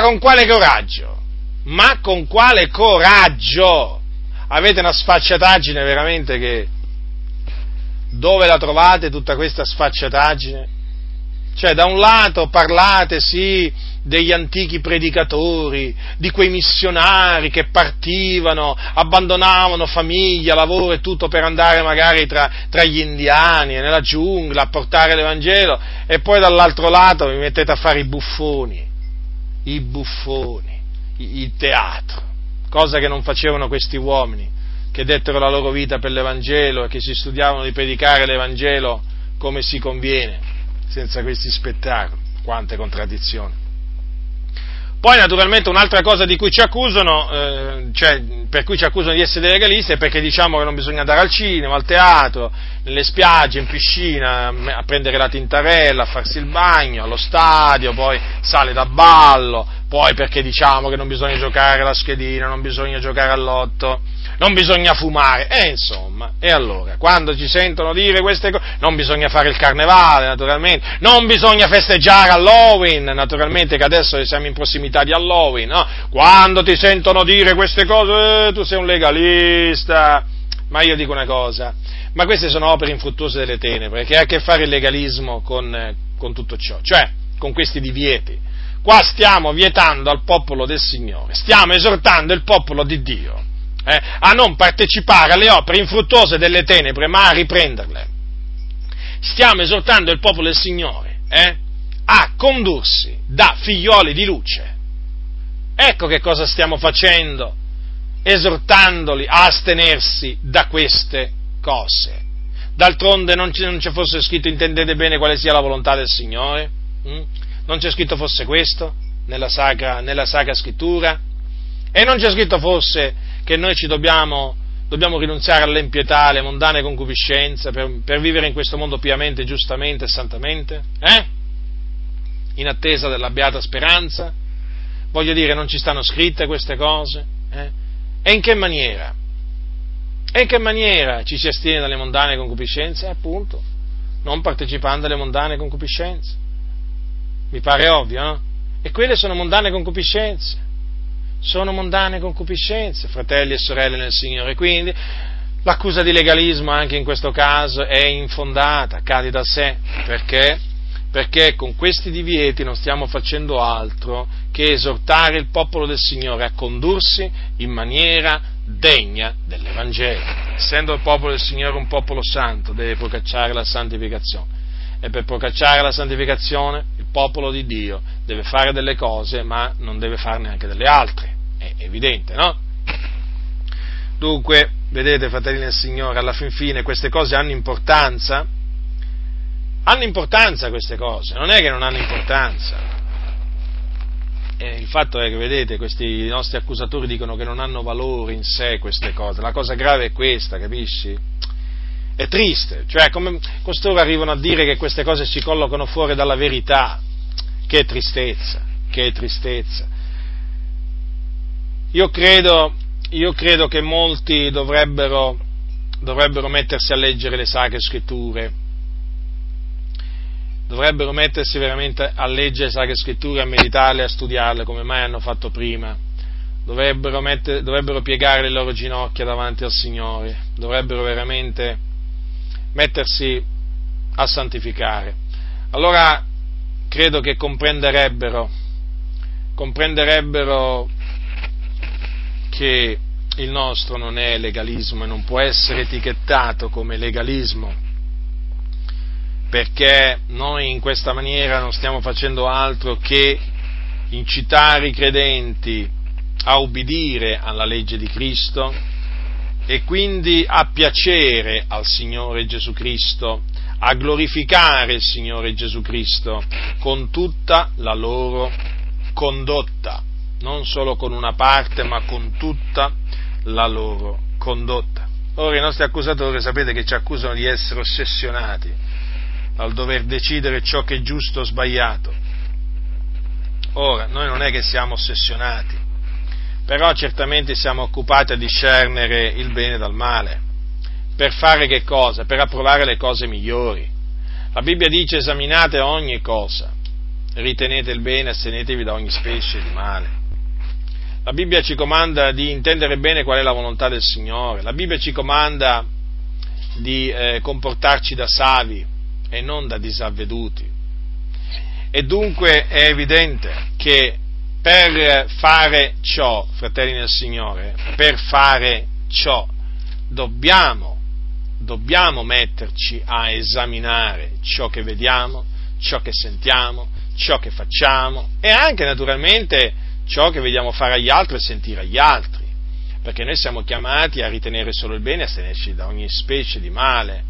Avete una sfacciataggine veramente che... Dove la trovate tutta questa sfacciataggine? Cioè, da un lato parlate, sì, degli antichi predicatori, di quei missionari che partivano, abbandonavano famiglia, lavoro e tutto per andare magari tra gli indiani, nella giungla, a portare l'Evangelo, e poi dall'altro lato vi mettete a fare i buffoni, il teatro, cosa che non facevano questi uomini. che dettero la loro vita per l'Evangelo e che si studiavano di predicare l'Evangelo come si conviene, senza questi spettacoli. Quante contraddizioni. Poi naturalmente un'altra cosa di cui ci accusano, per cui ci accusano di essere legalisti, è perché diciamo che non bisogna andare al cinema, al teatro, nelle spiagge, in piscina, a prendere la tintarella, a farsi il bagno, allo stadio, poi sale da ballo, poi perché diciamo che non bisogna giocare alla schedina, non bisogna giocare al lotto, non bisogna fumare, e insomma, e allora, quando ci sentono dire queste cose, non bisogna fare il carnevale, naturalmente, non bisogna festeggiare Halloween, naturalmente, che adesso siamo in prossimità di Halloween, no? Quando ti sentono dire queste cose, tu sei un legalista, ma io dico una cosa, ma queste sono opere infruttuose delle tenebre, che ha a che fare il legalismo con tutto ciò, cioè, con questi divieti. Qua stiamo vietando al popolo del Signore, stiamo esortando il popolo di Dio, a non partecipare alle opere infruttuose delle tenebre, ma a riprenderle. Stiamo esortando il popolo del Signore a condursi da figlioli di luce. Ecco che cosa stiamo facendo, esortandoli a astenersi da queste cose. D'altronde non c'è fosse scritto, intendete bene quale sia la volontà del Signore? Non c'è scritto fosse questo nella Sacra Scrittura? E non c'è scritto fosse che noi ci dobbiamo rinunziare all'impietà, alle mondane concupiscenze per vivere in questo mondo piamente, giustamente e santamente? In attesa della beata speranza? Voglio dire, non ci stanno scritte queste cose? E in che maniera? E in che maniera ci si astiene dalle mondane concupiscenze? Appunto, non partecipando alle mondane concupiscenze. Mi pare ovvio, no? E quelle sono mondane concupiscenze. Sono mondane concupiscenze, fratelli e sorelle nel Signore. Quindi l'accusa di legalismo anche in questo caso è infondata, cade da sé. Perché? Perché con questi divieti non stiamo facendo altro che esortare il popolo del Signore a condursi in maniera degna dell'Evangelo. Essendo il popolo del Signore un popolo santo, deve procacciare la santificazione. E per procacciare la santificazione il popolo di Dio deve fare delle cose, ma non deve farne anche delle altre. È evidente, no? Dunque, vedete, fratelli del Signore, alla fin fine queste cose hanno importanza? Hanno importanza queste cose, non è che non hanno importanza. Il fatto è che, vedete, questi nostri accusatori dicono che non hanno valore in sé queste cose. La cosa grave è questa, capisci? È triste, cioè come costoro arrivano a dire che queste cose si collocano fuori dalla verità. Che tristezza, che tristezza. Io credo che molti dovrebbero mettersi a leggere le Sacre Scritture, dovrebbero mettersi veramente a leggere le Sacre Scritture, a meditarle, a studiarle come mai hanno fatto prima, dovrebbero piegare le loro ginocchia davanti al Signore, dovrebbero veramente mettersi a santificare. Allora credo che comprenderebbero che il nostro non è legalismo e non può essere etichettato come legalismo, perché noi in questa maniera non stiamo facendo altro che incitare i credenti a ubbidire alla legge di Cristo e quindi a piacere al Signore Gesù Cristo, a glorificare il Signore Gesù Cristo con tutta la loro condotta, non solo con una parte, ma con tutta la loro condotta. Ora i nostri accusatori sapete che ci accusano di essere ossessionati al dover decidere ciò che è giusto o sbagliato. Ora, noi non è che siamo ossessionati, però certamente siamo occupati a discernere il bene dal male. Per fare che cosa? Per approvare le cose migliori. La Bibbia dice: esaminate ogni cosa, ritenete il bene, astenetevi da ogni specie di male. La Bibbia ci comanda di intendere bene qual è la volontà del Signore. La Bibbia ci comanda di comportarci da savi e non da disavveduti. E dunque è evidente che per fare ciò, fratelli nel Signore, per fare ciò dobbiamo metterci a esaminare ciò che vediamo, ciò che sentiamo, ciò che facciamo e anche naturalmente ciò che vediamo fare agli altri e sentire agli altri. perché noi siamo chiamati a ritenere solo il bene e a astenerci da ogni specie di male.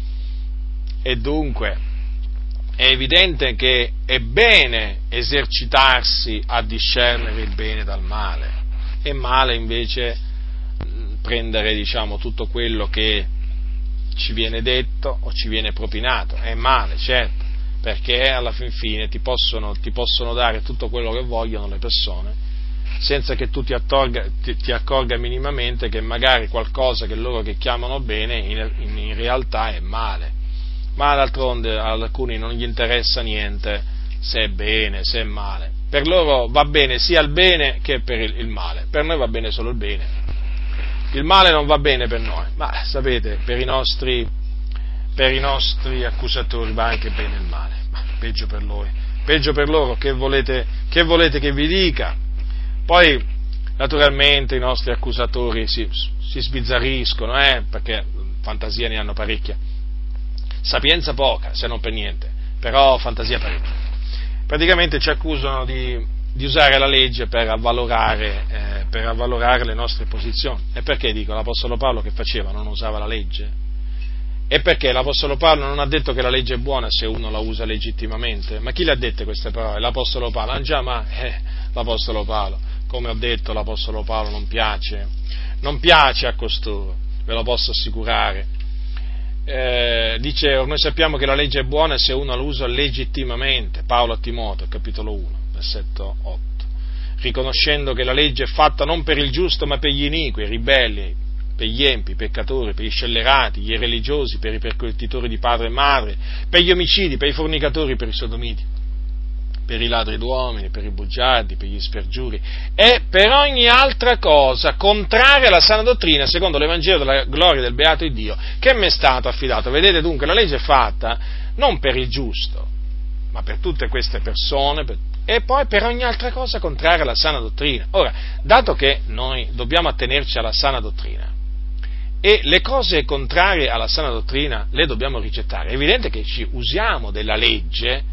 E dunque è evidente che è bene esercitarsi a discernere il bene dal male, e male invece prendere, tutto quello che ci viene detto o ci viene propinato. È male, certo, perché alla fin fine ti possono dare tutto quello che vogliono le persone, senza che tu ti accorga minimamente che magari qualcosa che loro che chiamano bene in realtà è male. Ma d'altronde ad alcuni non gli interessa niente se è bene, se è male. Per loro va bene sia il bene che per il male. Per noi va bene solo il bene. Il male non va bene per noi, ma sapete, per i nostri accusatori va anche bene il male. Ma peggio per loro, che volete che vi dica? Poi, naturalmente, i nostri accusatori si sbizzarriscono, perché fantasia ne hanno parecchia. Sapienza poca, se non per niente, però fantasia parecchia. Praticamente ci accusano di usare la legge per avvalorare le nostre posizioni. E perché dico, l'Apostolo Paolo che faceva? Non usava la legge? E perché l'Apostolo Paolo non ha detto che la legge è buona se uno la usa legittimamente? Ma chi le ha dette queste parole? L'Apostolo Paolo. L'Apostolo Paolo, come ho detto, l'Apostolo Paolo non piace a costoro, ve lo posso assicurare. Dice, noi sappiamo che la legge è buona se uno la usa legittimamente, Paolo a Timoteo, capitolo 1, versetto 8, riconoscendo che la legge è fatta non per il giusto ma per gli iniqui, i ribelli, per gli empi, i peccatori, per gli scellerati, gli irreligiosi, per i pervertitori di padre e madre, per gli omicidi, per i fornicatori, per i sodomiti, per i ladri d'uomini, per i bugiardi, per gli spergiuri e per ogni altra cosa contraria alla sana dottrina secondo l'Evangelo della gloria del beato Dio che mi è stato affidato. Vedete dunque, la legge è fatta non per il giusto, ma per tutte queste persone e poi per ogni altra cosa contraria alla sana dottrina. Ora, dato che noi dobbiamo attenerci alla sana dottrina e le cose contrarie alla sana dottrina le dobbiamo rigettare, è evidente che ci usiamo della legge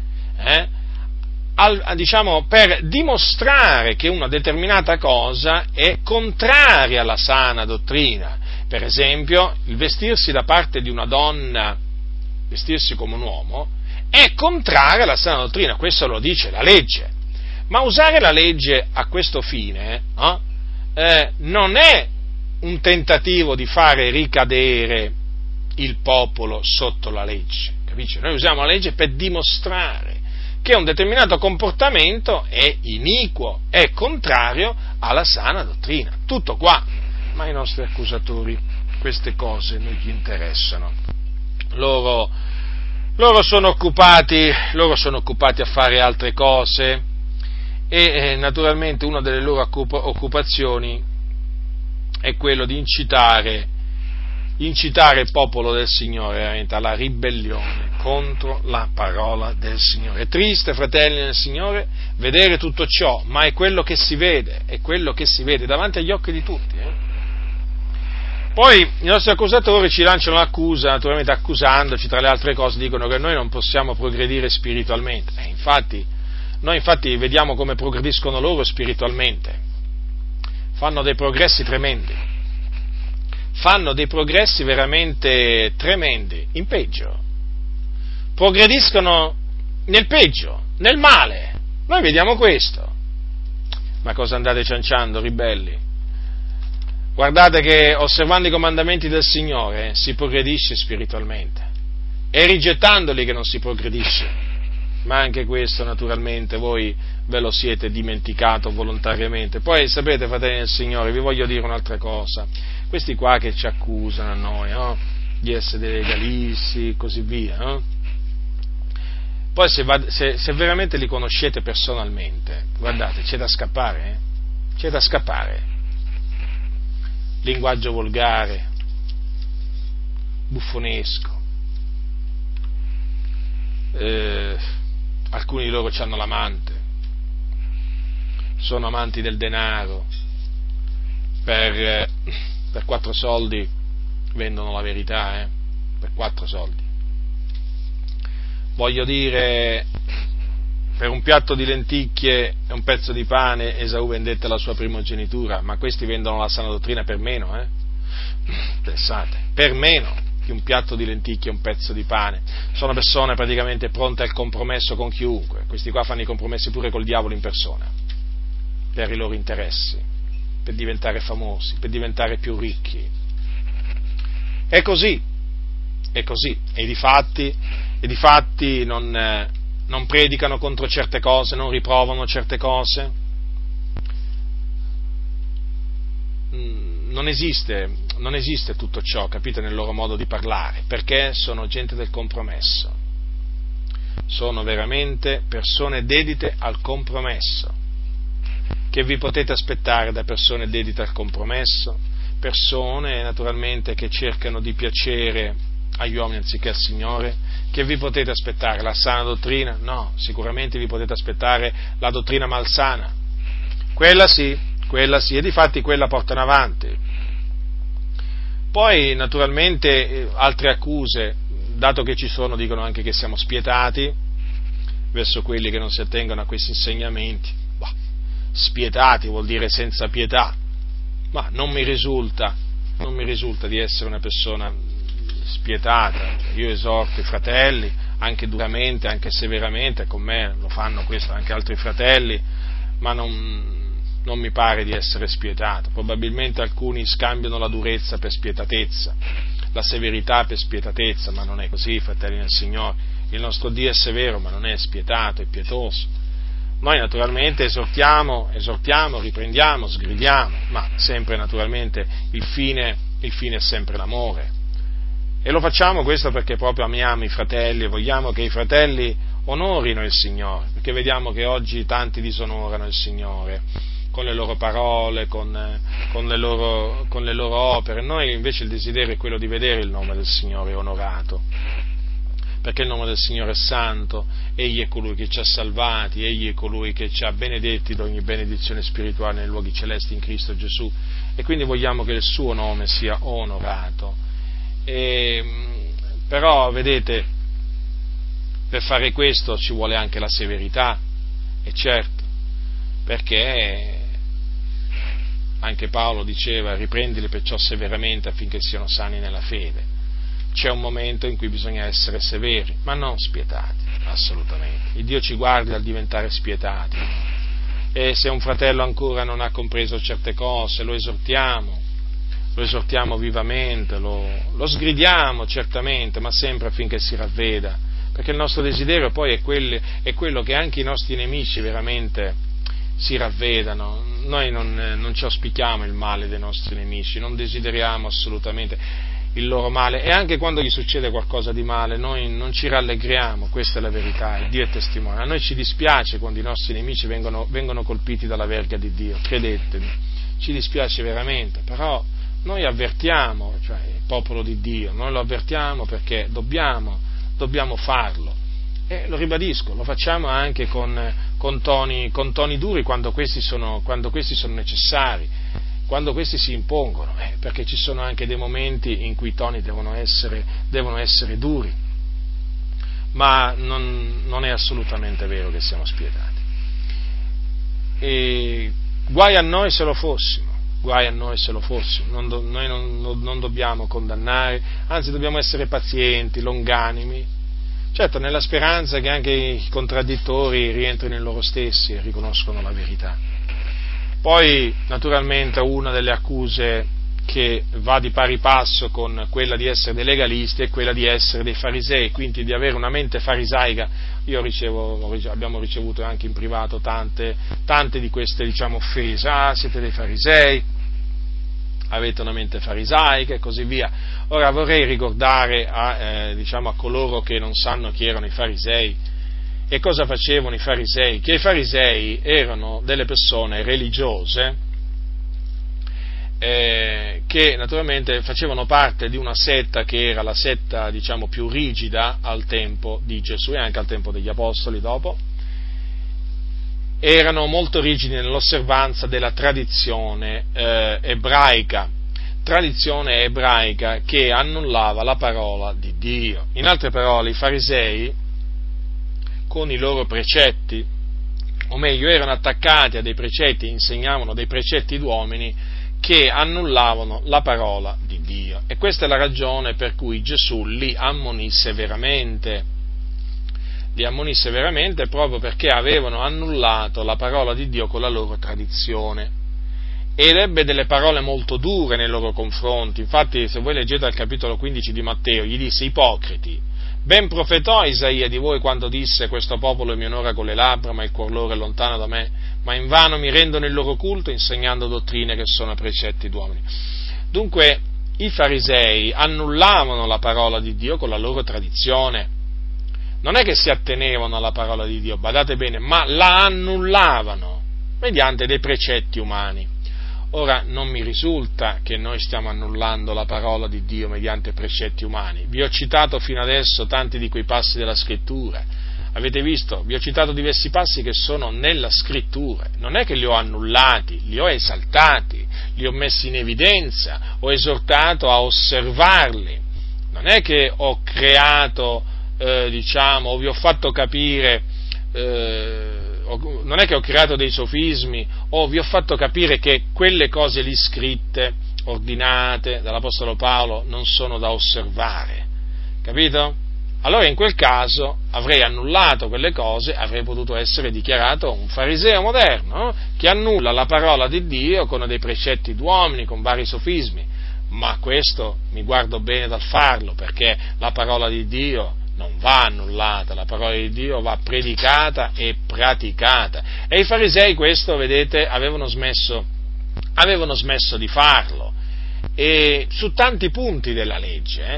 per dimostrare che una determinata cosa è contraria alla sana dottrina. Per esempio, il vestirsi da parte di una donna, vestirsi come un uomo, è contraria alla sana dottrina, questo lo dice la legge. Ma usare la legge a questo fine non è un tentativo di fare ricadere il popolo sotto la legge, capisci? Noi usiamo la legge per dimostrare che un determinato comportamento è iniquo, è contrario alla sana dottrina. Tutto qua. Ma i nostri accusatori queste cose non gli interessano. Loro sono occupati a fare altre cose e naturalmente una delle loro occupazioni è quello di incitare il popolo del Signore veramente alla ribellione contro la parola del Signore. È triste, fratelli nel Signore, vedere tutto ciò, ma è quello che si vede davanti agli occhi di tutti. Poi i nostri accusatori ci lanciano l'accusa, naturalmente accusandoci, tra le altre cose, dicono che noi non possiamo progredire spiritualmente. Noi infatti vediamo come progrediscono loro spiritualmente. Fanno dei progressi tremendi. Fanno dei progressi veramente tremendi, in peggio. Progrediscono nel peggio, nel male. Noi vediamo questo. Ma cosa andate cianciando, ribelli? Guardate che osservando i comandamenti del Signore si progredisce spiritualmente. È rigettandoli che non si progredisce. Ma anche questo naturalmente voi ve lo siete dimenticato volontariamente. Poi sapete, fratelli del Signore, vi voglio dire un'altra cosa. Questi qua che ci accusano a noi, di essere dei legalisti e così via, poi se veramente li conoscete personalmente, guardate, c'è da scappare, c'è da scappare. Linguaggio volgare, buffonesco, alcuni di loro hanno l'amante, sono amanti del denaro, per 4 soldi vendono la verità, per 4 soldi. Voglio dire, per un piatto di lenticchie e un pezzo di pane Esaù vendette la sua primogenitura, ma questi vendono la sana dottrina per meno, Pensate, per meno che un piatto di lenticchie e un pezzo di pane. Sono persone praticamente pronte al compromesso con chiunque. Questi qua fanno i compromessi pure col diavolo in persona, per i loro interessi, per diventare famosi, per diventare più ricchi. È così, e difatti non predicano contro certe cose, non riprovano certe cose. Non esiste tutto ciò, capite, nel loro modo di parlare, perché sono gente del compromesso. Sono veramente persone dedite al compromesso. Che vi potete aspettare da persone dedite al compromesso? Persone, naturalmente, che cercano di piacere agli uomini anziché al Signore. Che vi potete aspettare? La sana dottrina? No, sicuramente vi potete aspettare la dottrina malsana. Quella sì, e difatti quella portano avanti. Poi, naturalmente, altre accuse, dato che ci sono, dicono anche che siamo spietati verso quelli che non si attengono a questi insegnamenti. Spietati vuol dire senza pietà, ma non mi risulta di essere una persona spietata. Io esorto i fratelli, anche duramente, anche severamente, con me lo fanno questo anche altri fratelli, ma non mi pare di essere spietato. Probabilmente alcuni scambiano la durezza per spietatezza, la severità per spietatezza, ma non è così, fratelli nel Signore. Il nostro Dio è severo, ma non è spietato, è pietoso. Noi naturalmente esortiamo, riprendiamo, sgridiamo, ma sempre naturalmente il fine è sempre l'amore. E lo facciamo questo perché proprio amiamo i fratelli e vogliamo che i fratelli onorino il Signore, perché vediamo che oggi tanti disonorano il Signore con le loro parole, con le loro opere. Noi invece il desiderio è quello di vedere il nome del Signore onorato, perché il nome del Signore è santo, Egli è colui che ci ha salvati, Egli è colui che ci ha benedetti di ogni benedizione spirituale nei luoghi celesti in Cristo Gesù, e quindi vogliamo che il suo nome sia onorato. Però, vedete, per fare questo ci vuole anche la severità, e certo, perché anche Paolo diceva: riprendili perciò severamente affinché siano sani nella fede. C'è un momento in cui bisogna essere severi, ma non spietati, assolutamente. Il Dio ci guardi dal diventare spietati, e se un fratello ancora non ha compreso certe cose, lo esortiamo vivamente, lo sgridiamo certamente, ma sempre affinché si ravveda, perché il nostro desiderio poi è quello che anche i nostri nemici veramente si ravvedano. Noi non ci auspichiamo il male dei nostri nemici, non desideriamo assolutamente il loro male, e anche quando gli succede qualcosa di male noi non ci rallegriamo, questa è la verità, il Dio è testimone. A noi ci dispiace quando i nostri nemici vengono colpiti dalla verga di Dio, credetemi, ci dispiace veramente, però noi avvertiamo, cioè il popolo di Dio, noi lo avvertiamo perché dobbiamo farlo, e lo ribadisco, lo facciamo anche con toni duri quando questi sono necessari, quando questi si impongono, perché ci sono anche dei momenti in cui i toni devono essere duri, ma non è assolutamente vero che siamo spietati. E guai a noi se lo fossimo, noi non dobbiamo condannare, anzi dobbiamo essere pazienti, longanimi, certo nella speranza che anche i contraddittori rientrino in loro stessi e riconoscono la verità. Poi, naturalmente, una delle accuse che va di pari passo con quella di essere dei legalisti è quella di essere dei farisei, quindi di avere una mente farisaica. Abbiamo ricevuto anche in privato tante di queste, offese. Siete dei farisei, avete una mente farisaica e così via. Ora vorrei ricordare a coloro che non sanno chi erano i farisei. E cosa facevano i farisei? Che i farisei erano delle persone religiose che naturalmente facevano parte di una setta che era la setta più rigida al tempo di Gesù e anche al tempo degli Apostoli dopo. Erano molto rigidi nell'osservanza della tradizione ebraica che annullava la parola di Dio. In altre parole, i farisei con i loro precetti, o meglio erano attaccati a dei precetti, insegnavano dei precetti d'uomini che annullavano la parola di Dio. E questa è la ragione per cui Gesù li ammonisse veramente proprio perché avevano annullato la parola di Dio con la loro tradizione. Ed ebbe delle parole molto dure nei loro confronti. Infatti, se voi leggete al capitolo 15 di Matteo, gli disse: ipocriti, ben profetò Isaia di voi quando disse: questo popolo mi onora con le labbra, ma il cuor loro è lontano da me, ma invano mi rendono il loro culto, insegnando dottrine che sono precetti d'uomini. Dunque, i farisei annullavano la parola di Dio con la loro tradizione. Non è che si attenevano alla parola di Dio, badate bene, ma la annullavano mediante dei precetti umani. Ora, non mi risulta che noi stiamo annullando la parola di Dio mediante precetti umani. Vi ho citato fino adesso tanti di quei passi della Scrittura. Avete visto? Vi ho citato diversi passi che sono nella Scrittura. Non è che li ho annullati, li ho esaltati, li ho messi in evidenza, ho esortato a osservarli. Non è che ho creato, o vi ho fatto capire, non è che ho creato dei sofismi o vi ho fatto capire che quelle cose lì scritte, ordinate dall'Apostolo Paolo, non sono da osservare, capito? Allora in quel caso avrei annullato quelle cose, avrei potuto essere dichiarato un fariseo moderno, no? Che annulla la parola di Dio con dei precetti d'uomini, con vari sofismi, ma questo mi guardo bene dal farlo, perché la parola di Dio non va annullata, la parola di Dio va predicata e praticata. E i farisei questo, vedete, avevano smesso di farlo, e su tanti punti della legge.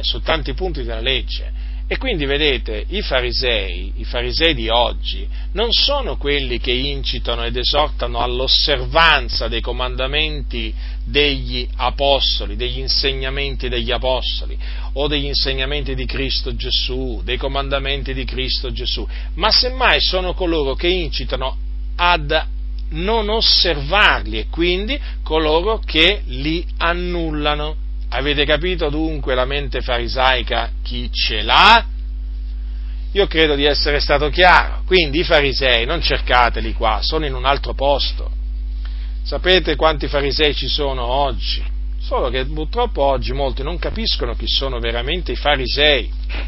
E quindi, vedete, i farisei di oggi, non sono quelli che incitano ed esortano all'osservanza dei comandamenti degli apostoli, degli insegnamenti degli apostoli, o degli insegnamenti di Cristo Gesù, dei comandamenti di Cristo Gesù, ma semmai sono coloro che incitano ad non osservarli, e quindi coloro che li annullano. Avete capito dunque la mente farisaica chi ce l'ha? Io credo di essere stato chiaro. Quindi i farisei non cercateli qua, sono in un altro posto. Sapete quanti farisei ci sono oggi? Solo che purtroppo oggi molti non capiscono chi sono veramente i farisei.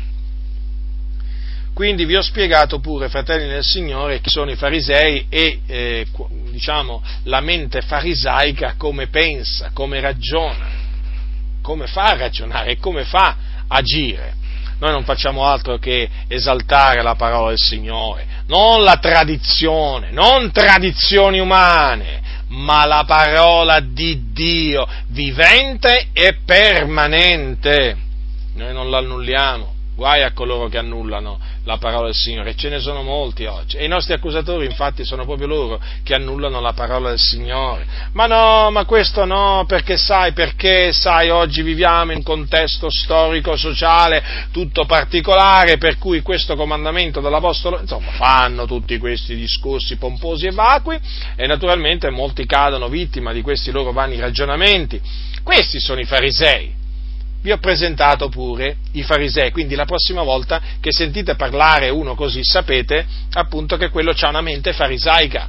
Quindi vi ho spiegato pure, fratelli nel Signore, chi sono i farisei e la mente farisaica come pensa, come ragiona, come fa a ragionare e come fa a agire. Noi non facciamo altro che esaltare la parola del Signore, non la tradizione, non tradizioni umane, ma la parola di Dio, vivente e permanente. Noi non l'annulliamo. Guai a coloro che annullano la parola del Signore, e ce ne sono molti oggi, e i nostri accusatori infatti sono proprio loro che annullano la parola del Signore. Ma no, ma questo no, perché sai, oggi viviamo in un contesto storico-sociale tutto particolare, per cui questo comandamento dell'Apostolo, insomma, fanno tutti questi discorsi pomposi e vacui, e naturalmente molti cadono vittima di questi loro vani ragionamenti. Questi sono i farisei. Vi ho presentato pure i farisei, quindi la prossima volta che sentite parlare uno così, sapete appunto che quello c'ha una mente farisaica.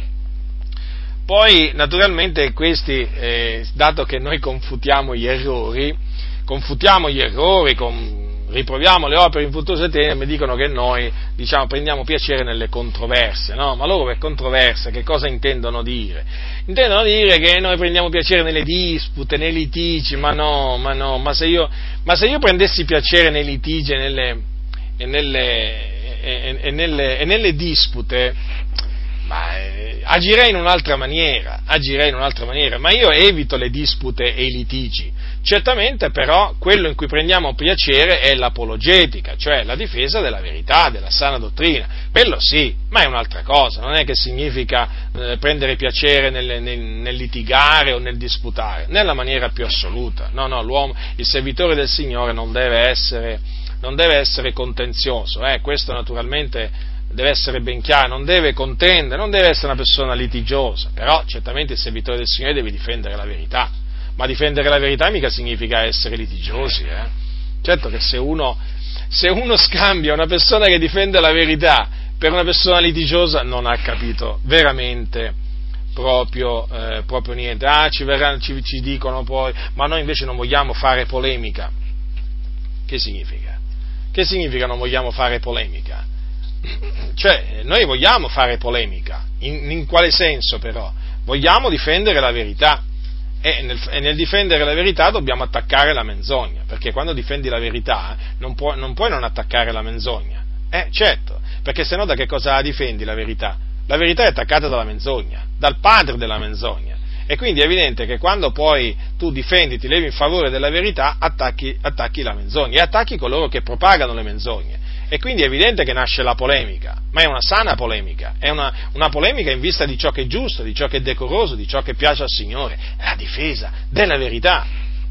Poi, naturalmente, questi, dato che noi confutiamo gli errori, riproviamo le opere infruttuose tene, mi dicono che noi, prendiamo piacere nelle controversie, no? Ma loro per controversia che cosa intendono dire? Intendono dire che noi prendiamo piacere nelle dispute, nei litigi, ma se io prendessi piacere nei litigi e nelle dispute, agirei in un'altra maniera, ma io evito le dispute e i litigi. Certamente però quello in cui prendiamo piacere è l'apologetica, cioè la difesa della verità, della sana dottrina, quello sì, ma è un'altra cosa, non è che significa prendere piacere nel litigare o nel disputare, nella maniera più assoluta. No, l'uomo, il servitore del Signore non deve essere contenzioso, questo naturalmente deve essere ben chiaro, non deve contendere, non deve essere una persona litigiosa, però certamente il servitore del Signore deve difendere la verità, ma difendere la verità mica significa essere litigiosi, Certo che se uno scambia una persona che difende la verità per una persona litigiosa non ha capito veramente proprio niente. Ci dicono poi, ma noi invece non vogliamo fare polemica. Che significa? Che significa non vogliamo fare polemica? Cioè, noi vogliamo fare polemica. In quale senso però? Vogliamo difendere la verità. E nel difendere la verità dobbiamo attaccare la menzogna, perché quando difendi la verità non puoi non attaccare la menzogna. Certo, perché sennò da che cosa la difendi la verità? La verità è attaccata dalla menzogna, dal padre della menzogna. E quindi è evidente che quando poi tu difendi, ti levi in favore della verità, attacchi la menzogna e attacchi coloro che propagano le menzogne. E quindi è evidente che nasce la polemica, ma è una sana polemica, è una polemica in vista di ciò che è giusto, di ciò che è decoroso, di ciò che piace al Signore, è la difesa della verità.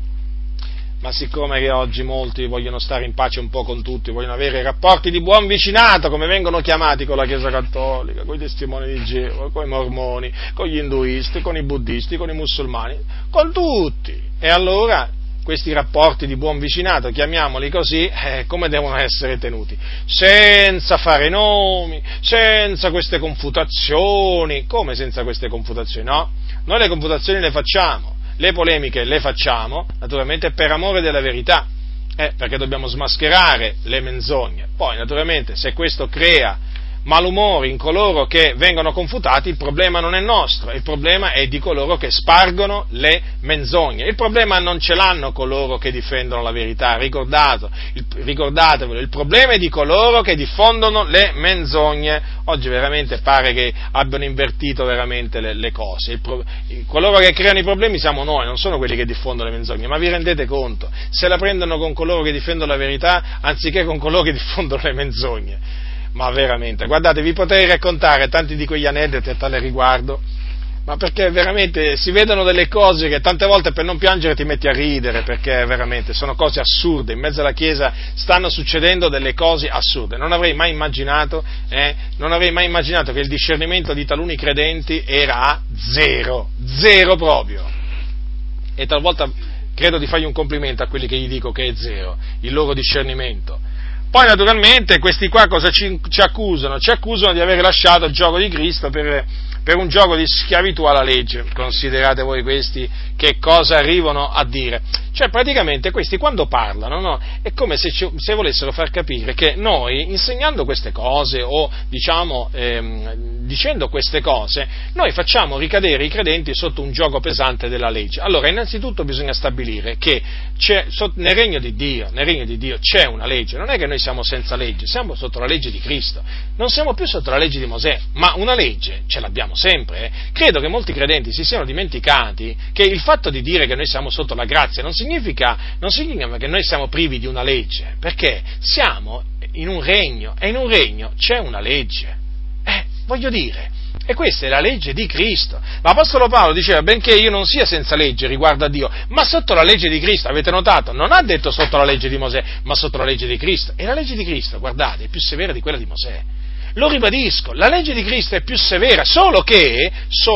Ma siccome che oggi molti vogliono stare in pace un po' con tutti, vogliono avere rapporti di buon vicinato, come vengono chiamati con la Chiesa Cattolica, con i testimoni di Geova, con i mormoni, con gli induisti, con i buddisti, con i musulmani, con tutti, e allora questi rapporti di buon vicinato, chiamiamoli così, come devono essere tenuti? Senza fare nomi, senza queste confutazioni. Come senza queste confutazioni? No, noi le confutazioni le facciamo, le polemiche le facciamo, naturalmente per amore della verità, perché dobbiamo smascherare le menzogne. Poi, naturalmente, se questo crea malumore in coloro che vengono confutati, il problema non è nostro, il problema è di coloro che spargono le menzogne. Il problema non ce l'hanno coloro che difendono la verità, ricordatevelo, il problema è di coloro che diffondono le menzogne. Oggi veramente pare che abbiano invertito veramente le cose. Coloro che creano i problemi siamo noi, non sono quelli che diffondono le menzogne, ma vi rendete conto? Se la prendono con coloro che difendono la verità anziché con coloro che diffondono le menzogne. Ma veramente, guardate, vi potrei raccontare tanti di quegli aneddoti a tale riguardo, ma perché veramente si vedono delle cose che tante volte per non piangere ti metti a ridere, perché veramente sono cose assurde. In mezzo alla Chiesa stanno succedendo delle cose assurde. Non avrei mai immaginato che il discernimento di taluni credenti era a zero proprio. E talvolta credo di fargli un complimento a quelli che gli dico che è zero, il loro discernimento. Poi naturalmente questi qua cosa ci accusano? Ci accusano di aver lasciato il gioco di Cristo per un gioco di schiavitù alla legge. Considerate voi questi che cosa arrivano a dire. Cioè praticamente questi quando parlano, no, è come se volessero far capire che noi, insegnando queste cose o dicendo queste cose, noi facciamo ricadere i credenti sotto un gioco pesante della legge. Allora innanzitutto bisogna stabilire che nel regno di Dio c'è una legge, non è che noi siamo senza legge, siamo sotto la legge di Cristo, non siamo più sotto la legge di Mosè, ma una legge ce l'abbiamo sempre. Credo che molti credenti si siano dimenticati che il fatto di dire che noi siamo sotto la grazia non significa che noi siamo privi di una legge, perché siamo in un regno, e in un regno c'è una legge, voglio dire, e questa è la legge di Cristo. L'Apostolo Paolo diceva, benché io non sia senza legge riguardo a Dio, ma sotto la legge di Cristo, avete notato? Non ha detto sotto la legge di Mosè, ma sotto la legge di Cristo, e la legge di Cristo, guardate, è più severa di quella di Mosè. Lo ribadisco, la legge di Cristo è più severa, solo che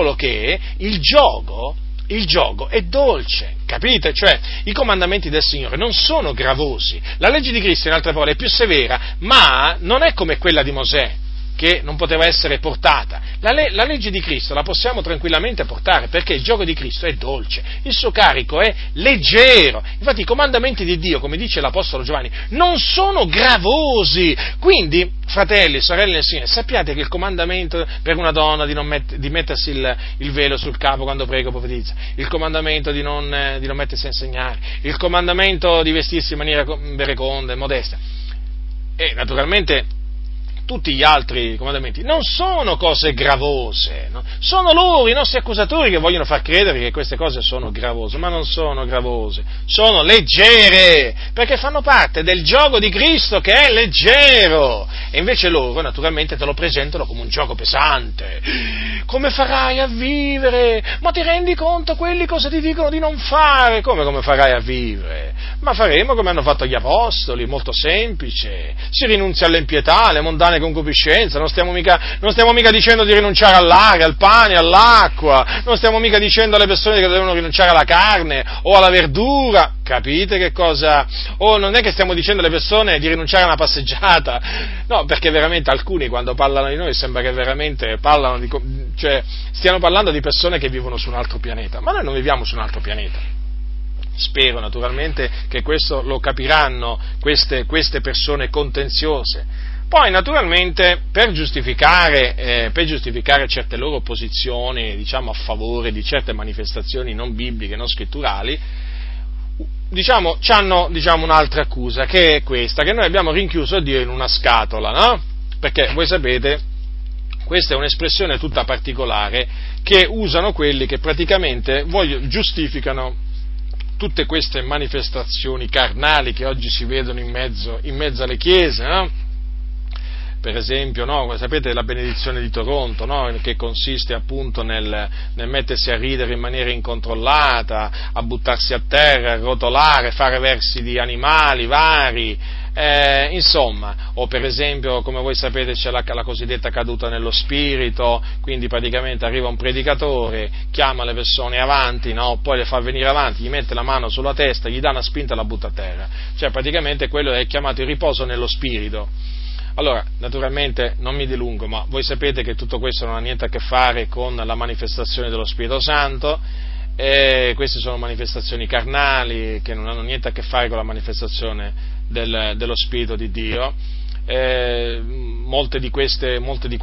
il giogo è dolce, capite? Cioè, i comandamenti del Signore non sono gravosi, la legge di Cristo, in altre parole, è più severa, ma non è come quella di Mosè, che non poteva essere portata. La legge di Cristo la possiamo tranquillamente portare, perché il gioco di Cristo è dolce, il suo carico è leggero. Infatti i comandamenti di Dio, come dice l'Apostolo Giovanni, non sono gravosi. Quindi, fratelli, sorelle nel Signore, sappiate che il comandamento per una donna di mettersi il velo sul capo quando prega o profetizza, il comandamento di non mettersi a insegnare, il comandamento di vestirsi in maniera vereconda e modesta, e naturalmente tutti gli altri comandamenti non sono cose gravose, no? Sono loro, i nostri accusatori, che vogliono far credere che queste cose sono gravose, ma non sono gravose, sono leggere, perché fanno parte del gioco di Cristo che è leggero, e invece loro naturalmente te lo presentano come un gioco pesante. Come farai a vivere? Ma ti rendi conto quelli cosa ti dicono di non fare? Come farai a vivere? Ma faremo come hanno fatto gli apostoli, molto semplice, si rinunzia all'impietà, alle mondane carne concupiscenza, non stiamo mica dicendo di rinunciare all'aria, al pane, all'acqua, non stiamo mica dicendo alle persone che devono rinunciare alla carne o alla verdura, capite che cosa? O non è che stiamo dicendo alle persone di rinunciare a una passeggiata, no, perché veramente alcuni quando parlano di noi sembra che veramente stiano parlando di persone che vivono su un altro pianeta, ma noi non viviamo su un altro pianeta. Spero naturalmente che questo lo capiranno queste persone contenziose. Poi naturalmente per giustificare certe loro posizioni, diciamo a favore di certe manifestazioni non bibliche, non scritturali, c'hanno un'altra accusa, che è questa, che noi abbiamo rinchiuso Dio in una scatola, no? Perché voi sapete, questa è un'espressione tutta particolare che usano quelli che praticamente giustificano tutte queste manifestazioni carnali che oggi si vedono in mezzo alle chiese, no? Per esempio, no, sapete la benedizione di Toronto, no? Che consiste appunto nel mettersi a ridere in maniera incontrollata, a buttarsi a terra, a rotolare, fare versi di animali vari, insomma, o per esempio, come voi sapete, c'è la cosiddetta caduta nello spirito, quindi praticamente arriva un predicatore, chiama le persone avanti, no? Poi le fa venire avanti, gli mette la mano sulla testa, gli dà una spinta e la butta a terra, cioè praticamente quello è chiamato il riposo nello spirito. Allora, naturalmente non mi dilungo, ma voi sapete che tutto questo non ha niente a che fare con la manifestazione dello Spirito Santo, queste sono manifestazioni carnali che non hanno niente a che fare con la manifestazione dello Spirito di Dio. Molte di queste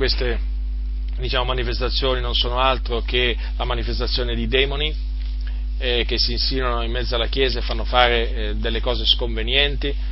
manifestazioni non sono altro che la manifestazione di demoni che si insinuano in mezzo alla Chiesa e fanno fare delle cose sconvenienti.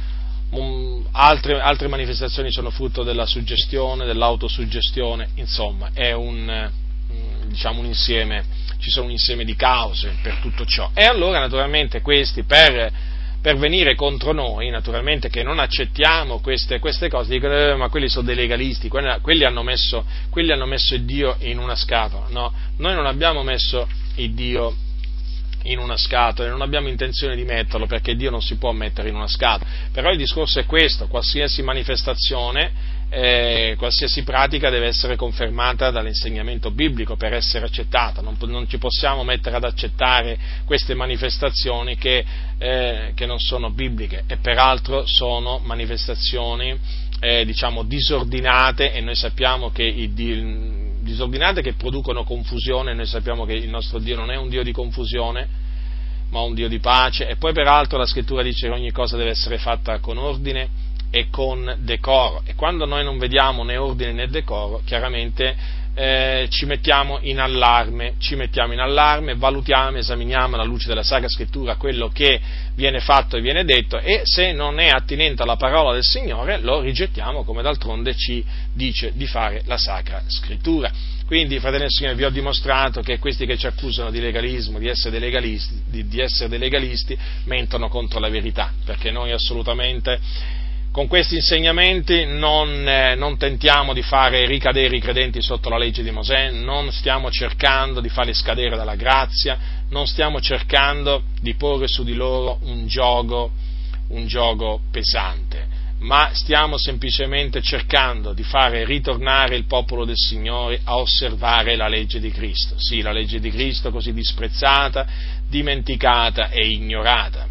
Altre manifestazioni sono frutto della suggestione, dell'autosuggestione, insomma, è un insieme, ci sono un insieme di cause per tutto ciò. E allora, naturalmente, questi per venire contro noi, naturalmente, che non accettiamo queste cose, dicono, ma quelli sono dei legalisti, quelli hanno messo il Dio in una scatola. No, noi non abbiamo messo il Dio in una scatola e non abbiamo intenzione di metterlo, perché Dio non si può mettere in una scatola. Però il discorso è questo: qualsiasi manifestazione, qualsiasi pratica deve essere confermata dall'insegnamento biblico per essere accettata. Non ci possiamo mettere ad accettare queste manifestazioni che non sono bibliche, e peraltro sono manifestazioni disordinate, e noi sappiamo che disordinate, che producono confusione. Noi sappiamo che il nostro Dio non è un Dio di confusione, ma un Dio di pace. E poi peraltro la Scrittura dice che ogni cosa deve essere fatta con ordine e con decoro, e quando noi non vediamo né ordine né decoro, chiaramente ci mettiamo in allarme, valutiamo, esaminiamo alla luce della Sacra Scrittura quello che viene fatto e viene detto, e se non è attinente alla parola del Signore lo rigettiamo, come d'altronde ci dice di fare la Sacra Scrittura. Quindi, fratelli del Signore, vi ho dimostrato che questi che ci accusano di legalismo, di essere dei legalisti, mentono contro la verità, perché noi assolutamente con questi insegnamenti non tentiamo di fare ricadere i credenti sotto la legge di Mosè, non stiamo cercando di farli scadere dalla grazia, non stiamo cercando di porre su di loro un giogo pesante, ma stiamo semplicemente cercando di fare ritornare il popolo del Signore a osservare la legge di Cristo. Sì, la legge di Cristo così disprezzata, dimenticata e ignorata.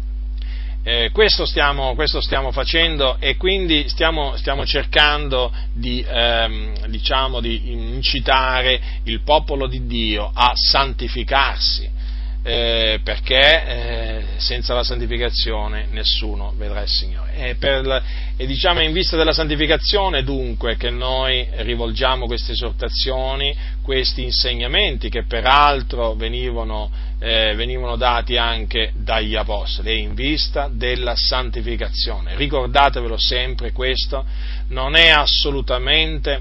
Questo stiamo facendo, e quindi stiamo cercando di incitare il popolo di Dio a santificarsi, perché senza la santificazione nessuno vedrà il Signore. È in vista della santificazione dunque che noi rivolgiamo queste esortazioni, questi insegnamenti, che peraltro venivano dati anche dagli Apostoli, e in vista della santificazione. Ricordatevelo sempre questo, non è assolutamente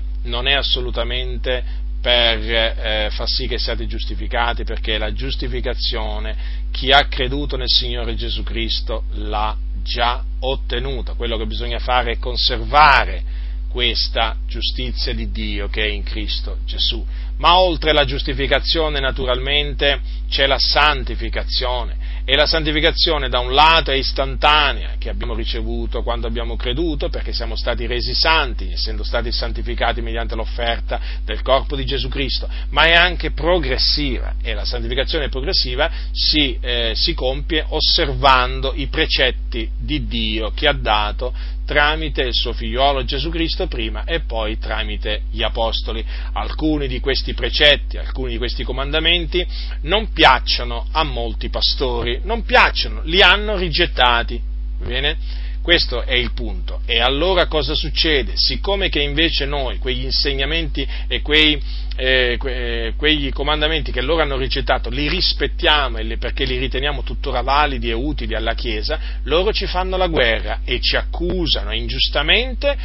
per far sì che siate giustificati, perché la giustificazione chi ha creduto nel Signore Gesù Cristo l'ha già ottenuta. Quello che bisogna fare è conservare questa giustizia di Dio che è in Cristo Gesù. Ma oltre la giustificazione, naturalmente, c'è la santificazione, E la santificazione da un lato è istantanea, che abbiamo ricevuto quando abbiamo creduto, perché siamo stati resi santi, essendo stati santificati mediante l'offerta del corpo di Gesù Cristo, ma è anche progressiva, e la santificazione progressiva si compie osservando i precetti di Dio che ha dato tramite il suo figliuolo Gesù Cristo prima e poi tramite gli apostoli. Alcuni di questi precetti, alcuni di questi comandamenti non piacciono a molti pastori, non piacciono, li hanno rigettati, bene? Questo è il punto. E allora cosa succede? Siccome che invece noi quegli insegnamenti e quegli comandamenti che loro hanno rigettato li rispettiamo perché li riteniamo tuttora validi e utili alla Chiesa, loro ci fanno la guerra e ci accusano ingiustamente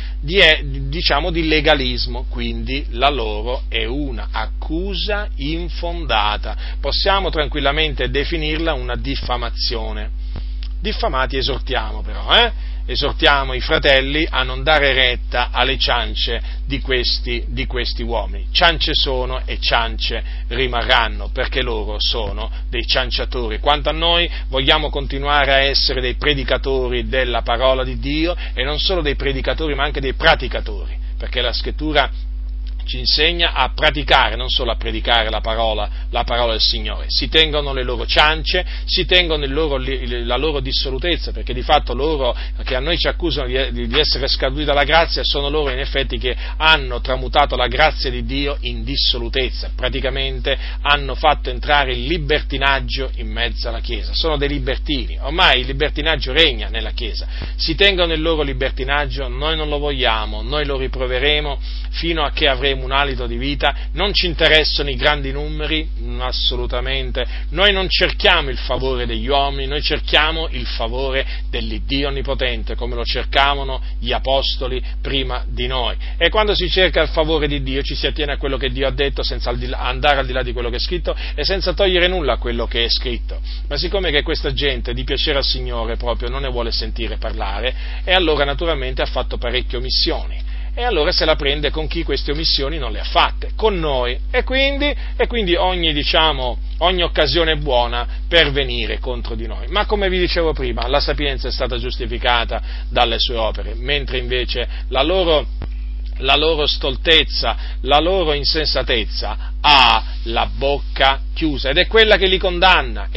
di legalismo, quindi la loro è una accusa infondata, possiamo tranquillamente definirla una diffamazione. Diffamati esortiamo però, esortiamo i fratelli a non dare retta alle ciance di questi uomini. Ciance sono e ciance rimarranno, perché loro sono dei cianciatori. Quanto a noi, vogliamo continuare a essere dei predicatori della parola di Dio, e non solo dei predicatori ma anche dei praticatori, perché la Scrittura ci insegna a praticare, non solo a predicare la parola del Signore. Si tengono le loro ciance, si tengono la loro dissolutezza, perché di fatto loro che a noi ci accusano di essere scaduti dalla grazia, sono loro in effetti che hanno tramutato la grazia di Dio in dissolutezza, praticamente hanno fatto entrare il libertinaggio in mezzo alla Chiesa, sono dei libertini, ormai il libertinaggio regna nella Chiesa, si tengono il loro libertinaggio, noi non lo vogliamo, noi lo riproveremo fino a che avremo un alito di vita, non ci interessano i grandi numeri, assolutamente, noi non cerchiamo il favore degli uomini, noi cerchiamo il favore dell'Iddio Onnipotente, come lo cercavano gli apostoli prima di noi, e quando si cerca il favore di Dio ci si attiene a quello che Dio ha detto senza andare al di là di quello che è scritto e senza togliere nulla a quello che è scritto, ma siccome che questa gente di piacere al Signore proprio non ne vuole sentire parlare, e allora naturalmente ha fatto parecchie omissioni. E allora se la prende con chi queste omissioni non le ha fatte, con noi, e quindi ogni occasione è buona per venire contro di noi. Ma come vi dicevo prima, la sapienza è stata giustificata dalle sue opere, mentre invece la loro stoltezza, la loro insensatezza ha la bocca chiusa, ed è quella che li condanna,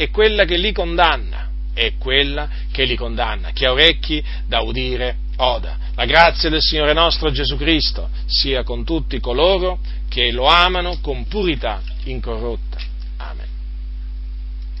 Chi ha orecchi da udire oda. La grazia del Signore nostro Gesù Cristo sia con tutti coloro che lo amano con purità incorrotta.